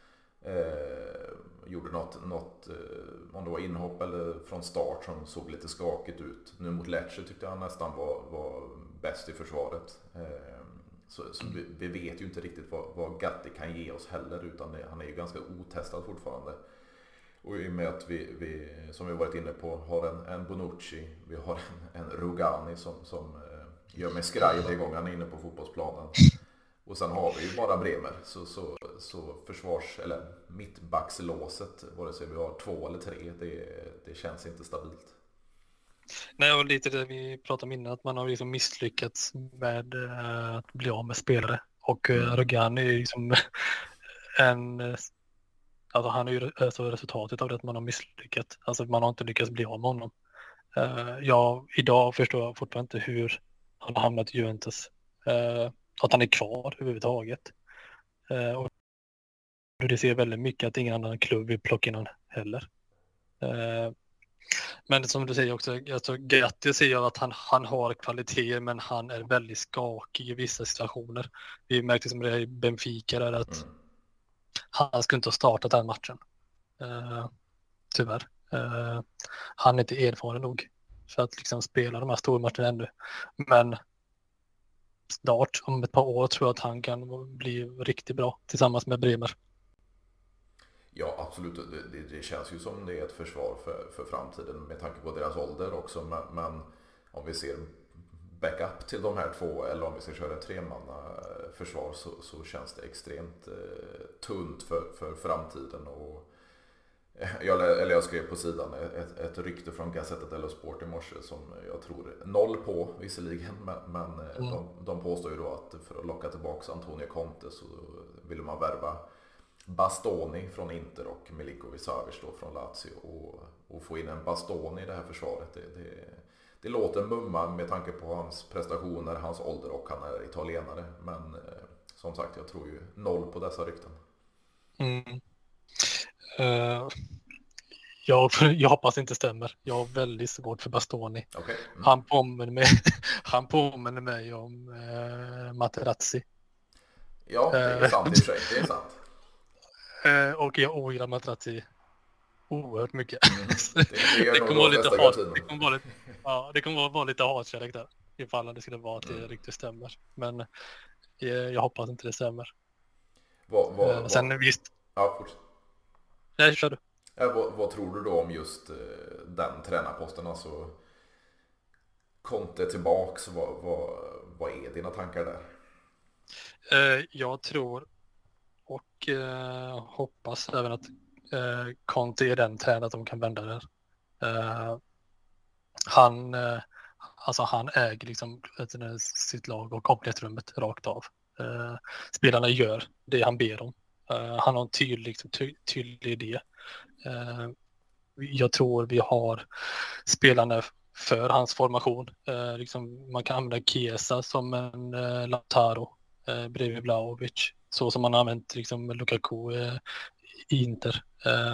Gjorde något om det var inhopp eller från start som såg lite skakigt ut. Nu mot Lecce tyckte jag han nästan var bäst i försvaret. Så vi vet ju inte riktigt vad Gatti kan ge oss heller, utan han är ju ganska otestad fortfarande. Och i och med att vi som vi varit inne på har en Bonucci, vi har en Rugani som gör mig skraj varje gång han är inne på fotbollsplanen. Och sen har vi ju bara Bremer, så försvars eller mittbackslåset, vare sig vi har 2 eller 3, det känns inte stabilt. Nej, och lite det vi pratade om innan, att man har liksom misslyckats med att bli av med spelare. Och Rugani är liksom alltså han är ju resultatet av det, att man har misslyckats. Alltså man har inte lyckats bli av med honom. Idag förstår jag fortfarande inte hur han har hamnat i Juventus. Att han är kvar överhuvudtaget. Och det ser väldigt mycket att ingen annan klubb vill plocka in honom heller. Men som du säger också, alltså Gatti ser jag att han har kvaliteter, men han är väldigt skakig i vissa situationer. Vi märkte som det i Benfica där att han skulle inte ha startat den matchen. Tyvärr. Han är inte erfaren nog för att liksom spela de här stora matcherna ännu. Men snart, om ett par år, tror jag att han kan bli riktigt bra tillsammans med Bremer. Ja, absolut. Det känns ju som det är ett försvar för framtiden med tanke på deras ålder också. Men om vi ser backup till de här 2 eller om vi ska köra 3-manna försvar så känns det extremt tunt för framtiden. Och jag skrev på sidan ett rykte från Gazzetta dello Sport i morse som jag tror 0 på visserligen, men de påstår ju då att för att locka tillbaka Antonio Conte så vill man värva Bastoni från Inter och Milinkovic Savic då från Lazio och få in en Bastoni i det här försvaret. Det låter mumma med tanke på hans prestationer, hans ålder och han är italienare, men som sagt jag tror ju 0 på dessa rykten. Jag hoppas inte stämmer. Jag har väldigt svårt för Bastoni. Okay. Han påminner mig om Materazzi. Ja, det är sant i och för sig. Det är sant. Och jag ogillar Materazzi oerhört mycket. Det kommer vara lite hatkärlek där ifall det skulle vara att det riktigt stämmer. Men jag hoppas inte det stämmer. Sen visst. Ja, fortsätt. Nej, kör du. Vad tror du då om just den tränarposten? Alltså Conte tillbaks, vad är dina tankar där? Jag tror och hoppas även att Conte är den tränare som kan vända det. Han äger liksom sitt lag och omklädningsrummet rakt av. Spelarna gör det han ber om. Han har en tydlig idé. Jag tror vi har spelarna för hans formation. Man kan använda Chiesa som en Lautaro bredvid Vlahovic. Så som man har använt Lukaku i Inter.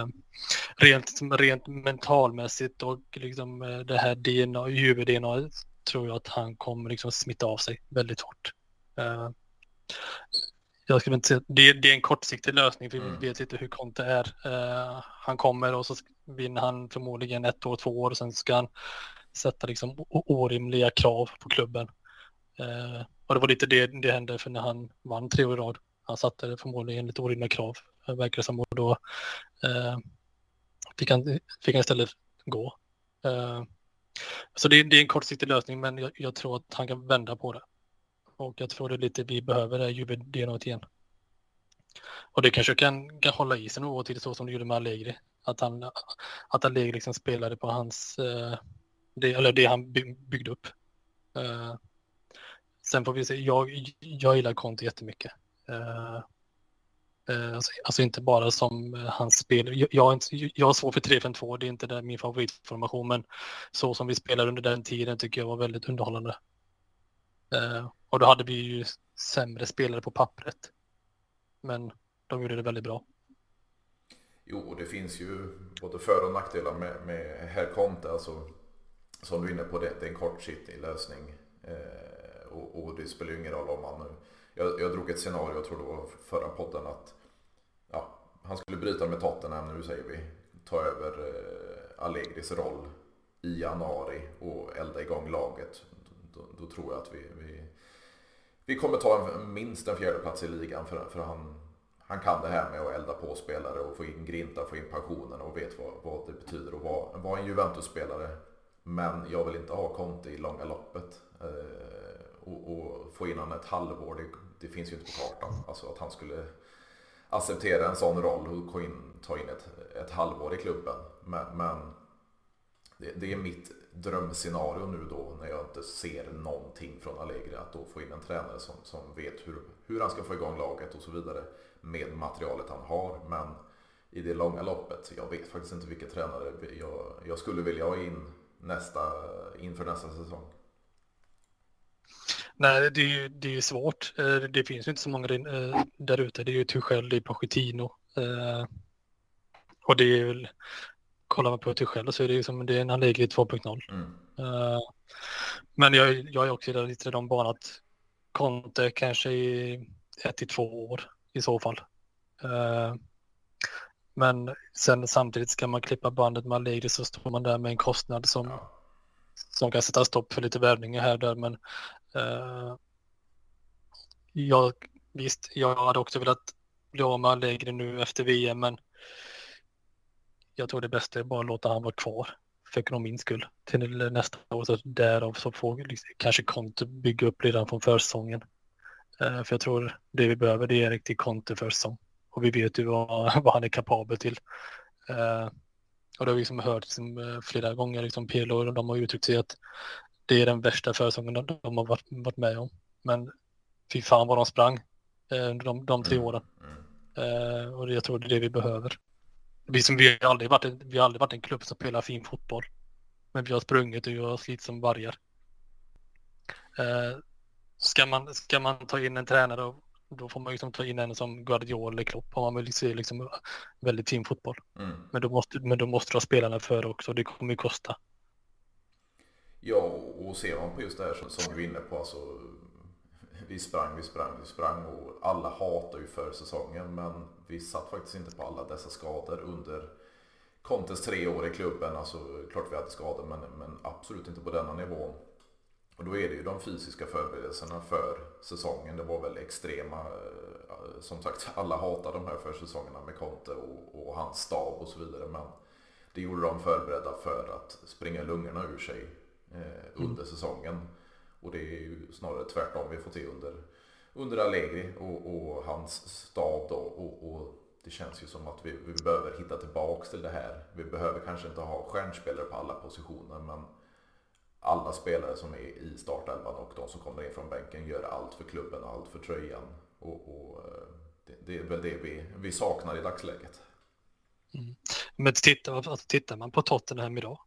Rent mentalmässigt och det här huvud-DNA tror jag att han kommer smitta av sig väldigt hårt. Jag skulle inte säga det är en kortsiktig lösning, för vi vet inte hur Conte är. Han kommer och så vinner han förmodligen 1 år, 2 år och sen ska han sätta liksom orimliga krav på klubben. Och det var lite det hände för när han vann 3 år i rad. Han satte förmodligen lite orimliga krav, verkar som, och då fick han istället gå. Så det är en kortsiktig lösning, men jag tror att han kan vända på det. Och jag tror det är lite vi behöver det Juve-DNA igen. Och det kanske kan hålla i sig något till så som det gjorde med Allegri. Att Allegri liksom spelade på hans det han byggde upp. Sen får vi se, jag gillar Conte jättemycket. Alltså inte bara som hans spel. Jag har svårt för 3-5-2, det är inte min favoritformation, men så som vi spelade under den tiden tycker jag var väldigt underhållande. Och då hade vi ju sämre spelare på pappret. Men de gjorde det väldigt bra. Jo, det finns ju både för- och nackdelar med herr Conte. Alltså, som du är inne på, det är en kortsiktig lösning. Och det spelar ju ingen roll om han nu... Jag drog ett scenario, jag tror det var förra podden, att han skulle bryta med Tottenham, nu säger vi, ta över Allegris roll i januari och elda igång laget. Då tror jag att vi kommer ta minst en 4:e plats i ligan, för han kan det här med att elda på spelare och få in grinta, få in passionen och vet vad det betyder att vara en Juventus-spelare. Men jag vill inte ha Conte i långa loppet. Och få in han ett halvår, det finns ju inte på kartan. Alltså att han skulle acceptera en sån roll och ta in ett halvår i klubben. Men det är mitt drömscenario nu då, när jag inte ser någonting från Allegri, att då få in en tränare som vet hur han ska få igång laget och så vidare med materialet han har. Men i det långa loppet, jag vet faktiskt inte vilka tränare jag skulle vilja ha in inför nästa säsong. Nej, det är ju svårt. Det finns ju inte så många där ute. Det är ju Tuchel, det är Pochettino. Och det är väl, kollar man på Tuchel så är det ju som det är en Allegri 2.0. Men jag är också lite de barn att Conte kanske i 1-2 år i så fall. Men sen samtidigt ska man klippa bandet med Allegri, så står man där med en kostnad som kan sätta stopp för lite värvningar här och där. Men jag hade också velat bli av med Allegri nu efter VM, men jag tror det bästa är bara att låta han vara kvar för ekonomins skull till nästa år. Så därav så får kanske Conte bygga upp redan från försäsongen. För jag tror det vi behöver, det är en riktig Conte försäsong. Och vi vet ju vad han är kapabel till. Och det har vi liksom hört flera gånger, liksom Pirlo, och de har uttryckt sig att det är den värsta försäsongen de har varit med om. Men fy fan vad de sprang under de 3 åren. Och jag tror det är det vi behöver. Vi har aldrig varit en klubb som spelar fin fotboll. Men vi har sprungit och vi har slitit som vargar. Ska man ta in en tränare, då får man liksom ta in en som Guardiola eller Klopp om man vill se liksom väldigt fin fotboll. Men då måste du ha spelarna för också. Det kommer ju kosta. Ja, och ser man på just det här som du är inne på, alltså, vi sprang och alla hatar ju för säsongen, men vi satt faktiskt inte på alla dessa skador under Contes 3 år i klubben. Alltså klart vi hade skador, men absolut inte på denna nivå. Och då är det ju de fysiska förberedelserna för säsongen, det var väl extrema. Som sagt, alla hatar de här försäsongerna med Conte och hans stab och så vidare, men det gjorde de förberedda för att springa lungorna ur sig under säsongen. Och det är ju snarare tvärtom vi får till under Allegri och hans stab då. Och det känns ju som att vi behöver hitta tillbaks till det här. Vi behöver kanske inte ha stjärnspelare på alla positioner, men alla spelare som är i startelvan och de som kommer in från bänken gör allt för klubben och allt för tröjan. Och det är väl det vi saknar i dagsläget. Men tittar man på Tottenham idag,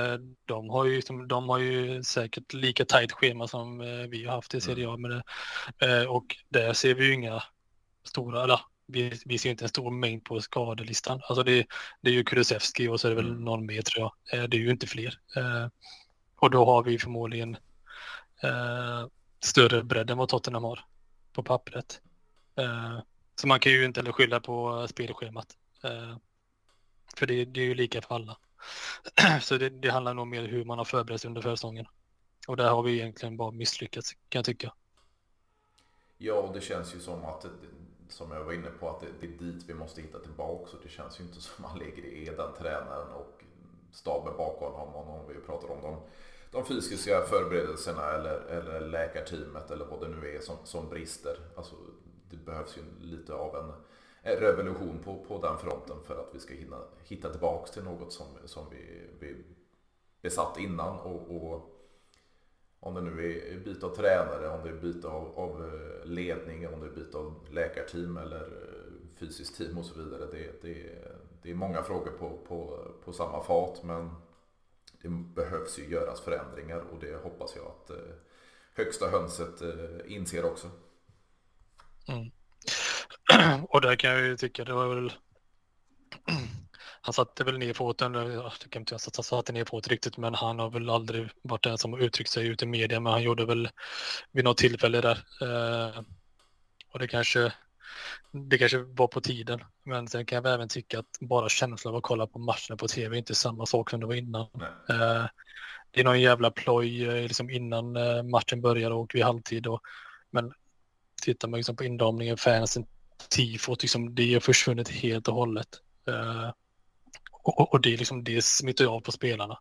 de har ju säkert lika tajt schema som vi har haft i Serie A. Och där ser vi ju inga stora, eller vi ser inte en stor mängd på skadelistan. Alltså det är ju Kulusevski och så är det väl någon mer, tror jag. Det är ju inte fler. Och då har vi förmodligen större bredd än vad Tottenham har på pappret. Så man kan ju inte heller skylla på spelschemat. För det är ju lika för alla. Så det handlar nog mer om hur man har förberett sig under försäsongen. Och där har vi egentligen bara misslyckats, kan jag tycka. Ja, och det känns ju som att, som jag var inne på, att det är dit vi måste hitta tillbaka. Så det känns ju inte som man lägger i den tränaren och staben bakom honom. Om vi pratar om de fysiska förberedelserna eller läkarteamet eller vad det nu är som brister. Alltså, det behövs ju lite av en revolution på den fronten för att vi ska hitta tillbaka till något som vi besatt innan. Och om det nu är byte av tränare, om det är byte av ledning, om det är byte av läkarteam eller fysiskt team och så vidare. Det är många frågor på samma fat, men det behövs ju göras förändringar och det hoppas jag att högsta hönset inser också. Mm. Och där kan jag ju tycka det var väl han satte väl ner foten, jag tycker inte jag satte ner foten riktigt, men han har väl aldrig varit den som uttryckt sig ut i media, men han gjorde väl vid något tillfälle där. Och det kanske var på tiden, men sen kan jag även tycka att bara känslan av att kolla på matcherna på tv är inte samma sak som det var innan. Det är någon jävla ploj liksom innan matchen börjar och vid halvtid, men tittar man liksom på inramningen, fansen, tifot, liksom, det är försvunnit helt och hållet. Och det är liksom, det smittar av på spelarna.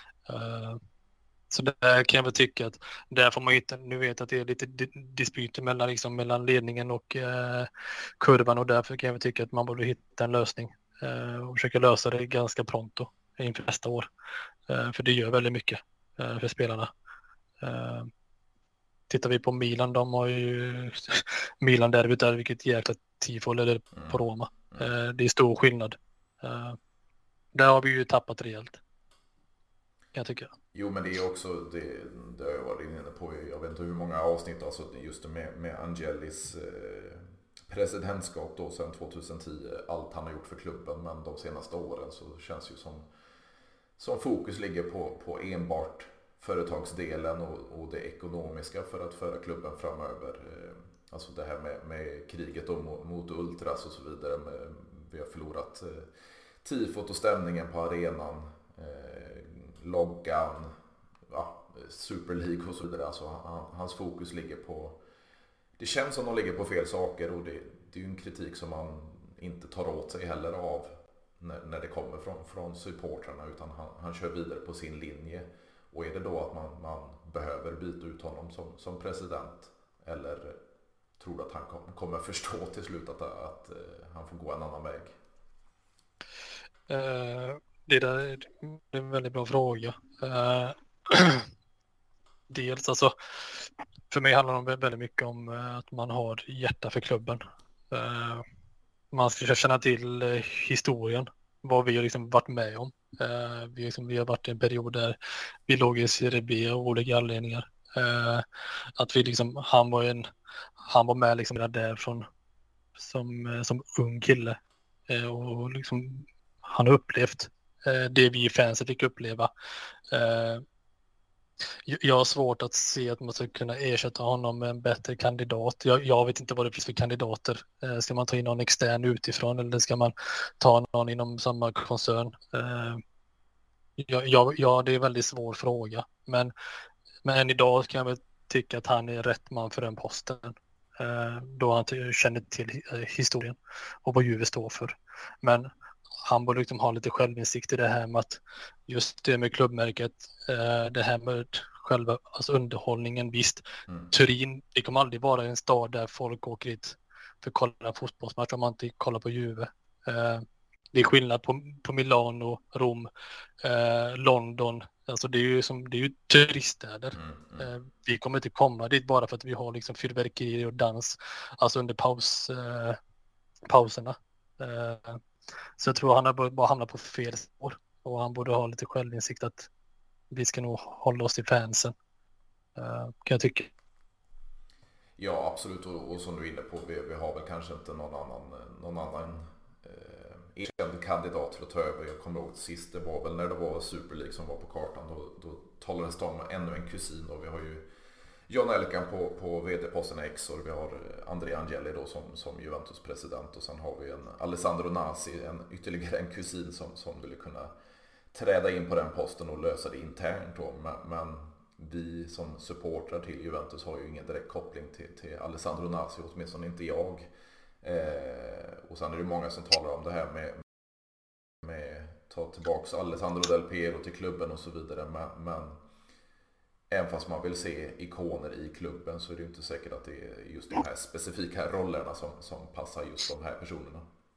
Så där kan jag väl tycka att där får man hitta, nu vet jag att det är lite dispyter mellan ledningen och kurvan, och därför kan jag väl tycka att man borde hitta en lösning och försöka lösa det ganska pronto inför nästa år. För det gör väldigt mycket för spelarna. Tittar vi på Milan, de har ju Milan där, vilket jäkla tifo, eller på Roma. Det är stor skillnad. Där har vi ju tappat rejält, kan jag tycka. Jo, men det är också det har jag varit inne på. Jag vet inte hur många avsnitt, alltså just med Angelis presidentskap då sedan 2010, allt han har gjort för klubben, men de senaste åren så känns ju som fokus ligger på enbart företagsdelen och det ekonomiska för att föra klubben framöver. Alltså det här med kriget mot ultras och så vidare. Vi har förlorat tifot och stämningen på arenan, loggan, Super League och så vidare. Alltså hans fokus ligger på, det känns som de ligger på fel saker, och det är ju en kritik som man inte tar åt sig heller av när det kommer från supportrarna, utan han kör vidare på sin linje. Och är det då att man behöver byta ut honom som president, eller tror du att han kommer förstå till slut att han får gå en annan väg? Det är en väldigt bra fråga. Dels alltså, för mig handlar det väldigt mycket om att man har hjärta för klubben. Man ska känna till historien, vad vi har liksom varit med om. Vi har varit i en period där vi låg i Serie B av olika anledningar. Att vi liksom, han var med liksom där som ung kille, och liksom han har upplevt det vi fansen fick uppleva. Jag har svårt att se att man ska kunna ersätta honom med en bättre kandidat. Jag vet inte vad det finns för kandidater. Ska man ta in någon extern utifrån, eller ska man ta någon inom samma koncern? Ja, det är en väldigt svår fråga. Men än idag kan jag väl tycka att han är rätt man för den posten. Då han känner till historien och vad Juve står för. Men han borde liksom ha lite självinsikt i det här med att just det med klubbmärket, det här med själva, alltså underhållningen, visst. Turin, det kommer aldrig vara en stad där folk åker dit för att kolla en fotbollsmatch om man inte kollar på Juve. Det är skillnad på Milano, Rom, London. Alltså det är ju turiststäder. Vi kommer inte komma dit bara för att vi har liksom fyrverkerier och dans, alltså under pauserna. Så jag tror han har bara hamnat på fel spår, och han borde ha lite självinsikt att vi ska nog hålla oss till fansen, kan jag tycka. Ja, absolut, och som du är inne på, vi har väl kanske inte någon annan erkänd kandidat för att ta över. Jag kommer ihåg sist, det var väl när det var Super League som var på kartan, då talades det om ännu en kusin, och vi har ju John Elkan på vd-posten X, och vi har Andrea Angeli då som Juventus-president, och sen har vi en Alessandro Nasi, ytterligare en kusin som skulle kunna träda in på den posten och lösa det internt då. Men vi som supportrar till Juventus har ju ingen direkt koppling till Alessandro Nasi, åtminstone inte jag. Och sen är det många som talar om det här med ta tillbaka Alessandro Del Piero till klubben och så vidare, men även fast man vill se ikoner i klubben så är det ju inte säkert att det är just de här specifika rollerna som passar just de här personerna.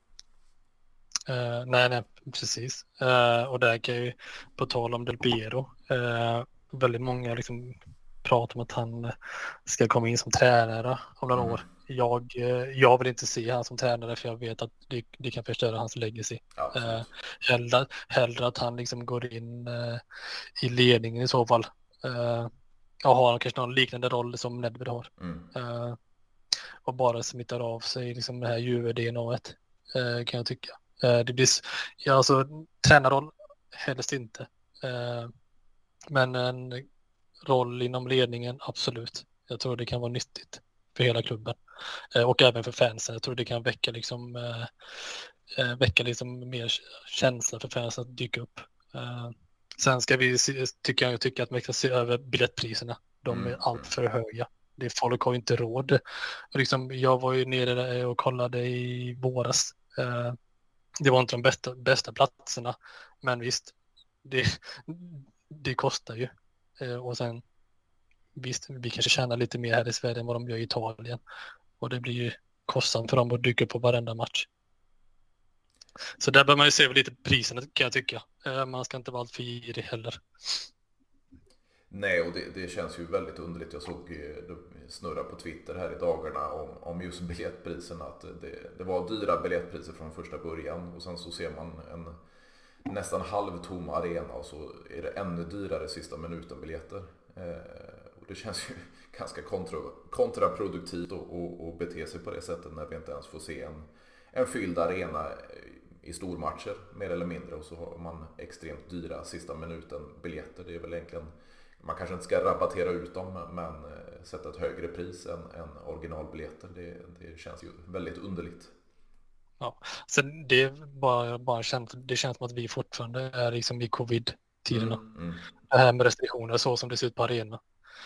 Nej, precis. Och där kan ju, på tal om Del Piero, väldigt många liksom pratar om att han ska komma in som tränare om några år. Jag vill inte se han som tränare, för jag vet att det kan förstöra hans legacy. Hellre att han liksom går in i ledningen i så fall. Och har kanske någon liknande roll som Nedved har. Och bara smittar av sig liksom det här Juve-DNA-et, kan jag tycka. Det blir, alltså tränarroll helst inte. Men en roll inom ledningen, absolut. Jag tror det kan vara nyttigt för hela klubben. Och även för fansen. Jag tror det kan väcka liksom mer känsla för fansen att dyka upp. Sen ska vi tycka att man ska se över biljettpriserna. De är allt för höga. Folk har inte råd. Och liksom, jag var ju nere och kollade i våras. Det var inte de bästa platserna. Men visst, det kostar ju. Och sen visst, vi kanske tjänar lite mer här i Sverige än vad de gör i Italien. Och det blir ju kostsamt för dem att dyka på varenda match. Så där bör man ju se lite priserna, kan jag tycka. Man ska inte vara allt för girig heller. Nej, och det känns ju väldigt underligt. Jag såg snurra på Twitter här i dagarna om just biljettpriserna. Att det var dyra biljettpriser från första början. Och sen så ser man en nästan halvtom arena och så är det ännu dyrare sista minuten biljetter. Och det känns ju ganska kontraproduktivt att bete sig på det sättet när vi inte ens får se en fylld arena i stormatcher mer eller mindre, och så har man extremt dyra sista minuten biljetter. Det är väl egentligen, man kanske inte ska rabattera ut dem, men sätta ett högre pris än originalbiljetter. Det känns ju väldigt underligt. Ja, så det är bara det känns som att vi fortfarande är liksom i covid-tiderna. Det här med restriktioner så som det ser ut på arena.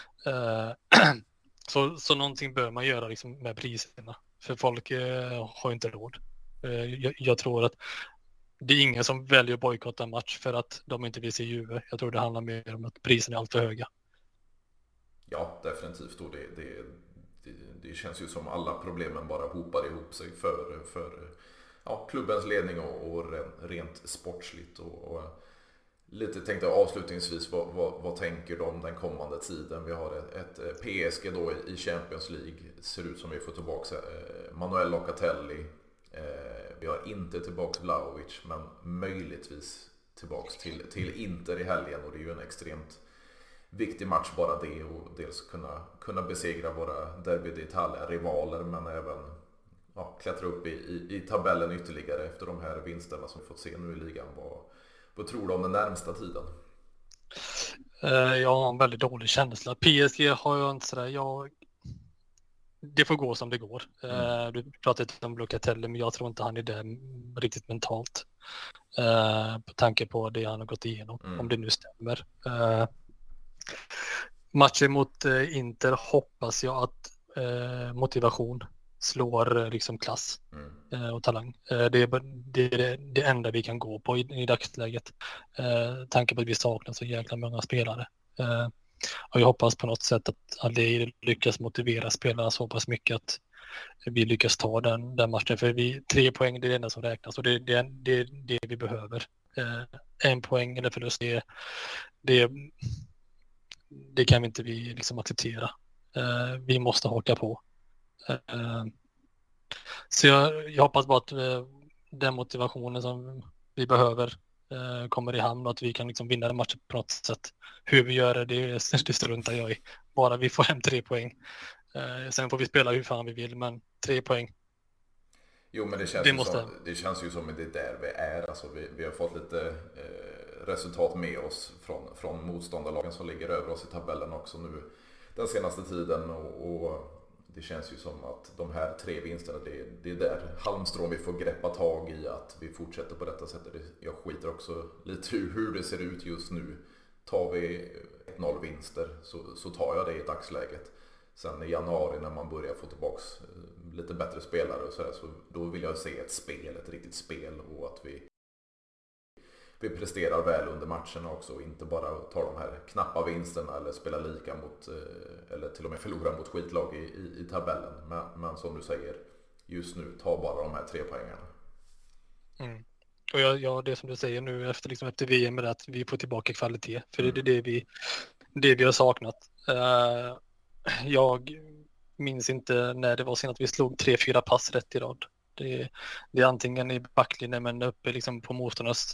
Så någonting bör man göra liksom med priserna. För folk har inte råd. Jag tror att det är ingen som väljer att bojkotta en match för att de inte vill se Juve. Jag tror det handlar mer om att priserna är allt för höga. Ja, definitivt. Och det känns ju som alla problemen bara hopar ihop sig för klubbens ledning och rent sportsligt. Och lite tänkte jag avslutningsvis, vad tänker du om den kommande tiden? Vi har ett PSG då i Champions League. Ser ut som vi får tillbaka Manuel Locatelli. Vi har inte tillbaka Vlahovic, men möjligtvis tillbaka till Inter i helgen, och det är ju en extremt viktig match bara det, och dels kunna besegra våra Derby d'Italia-rivaler, men även klättra upp i tabellen ytterligare efter de här vinsterna som vi fått se nu i ligan. Vad tror du om den närmsta tiden? Jag har en väldigt dålig känsla. PSG har jag inte sådär, det får gå som det går. Du pratade om Locatelli, men jag tror inte han är där riktigt mentalt. På tanke på det han har gått igenom, om det nu stämmer. Matchen mot Inter hoppas jag att motivation slår liksom klass och talang. Det är det enda vi kan gå på i dagsläget. Tanke på att vi saknar så jäkla många spelare. Och jag hoppas på något sätt att Allegri lyckas motivera spelarna så pass mycket att vi lyckas ta den matchen. För 3 poäng, det är det enda som räknas, och det är det vi behöver. 1 poäng eller förlust, det kan vi inte liksom acceptera. Vi måste haka på. Så jag hoppas bara att den motivationen som vi behöver kommer i hamn, och att vi kan liksom vinna den matchen på något sätt. Hur vi gör det struntar jag i. Bara vi får hem 3 poäng. Sen får vi spela hur fan vi vill, men 3 poäng. Jo, men det känns ju som det är där vi är. Alltså, vi har fått lite resultat med oss från motståndarlagen som ligger över oss i tabellen också nu. den senaste tiden och det känns ju som att de här 3 vinsterna, det är där halmstrån vi får greppa tag i, att vi fortsätter på detta sättet. Jag skiter också lite hur det ser ut just nu. Tar vi 1-0 vinster så tar jag det i dagsläget. Sen i januari när man börjar få tillbaks lite bättre spelare och så då vill jag se ett riktigt spel, och att vi presterar väl under matcherna också, och inte bara tar de här knappa vinsterna eller spelar lika mot, eller till och med förlorar mot skitlag i tabellen. Men som du säger, just nu, ta bara de här 3 poängarna. Och det som du säger nu efter VM är att vi får tillbaka kvalitet, för det är det vi har saknat. Jag minns inte när det var senast vi slog 3-4 pass rätt i rad. Det är antingen i backlinjen, men uppe liksom på motståndarnas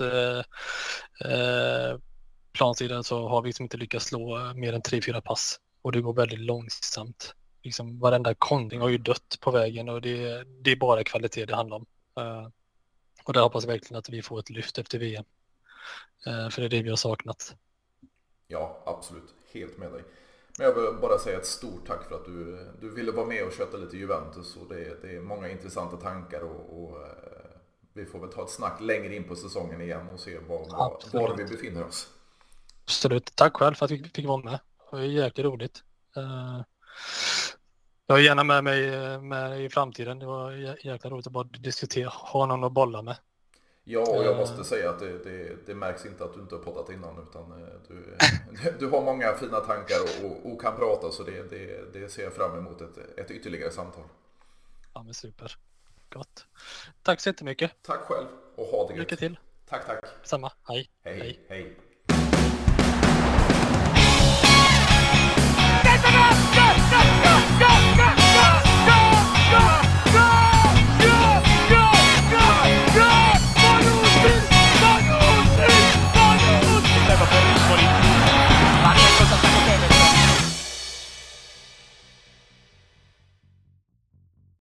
plansidan så har vi liksom inte lyckats slå mer än 3-4 pass, och det går väldigt långsamt. Liksom varenda kontring har ju dött på vägen, och det är bara kvalitet det handlar om. Och där hoppas jag verkligen att vi får ett lyft efter VM. För det är det vi har saknat. Ja, absolut. Helt med dig. Men jag vill bara säga ett stort tack för att du ville vara med och köta lite Juventus. Och det är många intressanta tankar, och vi får väl ta ett snack längre in på säsongen igen och se var vi befinner oss. Absolut. Tack själv för att vi fick vara med. Det var jäkligt roligt. Jag är gärna med mig i framtiden. Det var jäkla roligt att bara diskutera, ha någon att bolla med. Ja, och jag måste säga att det märks inte att du inte har poddat innan, utan du har många fina tankar och kan prata, så det ser jag fram emot ett ytterligare samtal. Ja, men super. Gott. Tack så jättemycket. Tack själv, och ha det gött. Lycka till. Tack. Samma. Hej. Hej.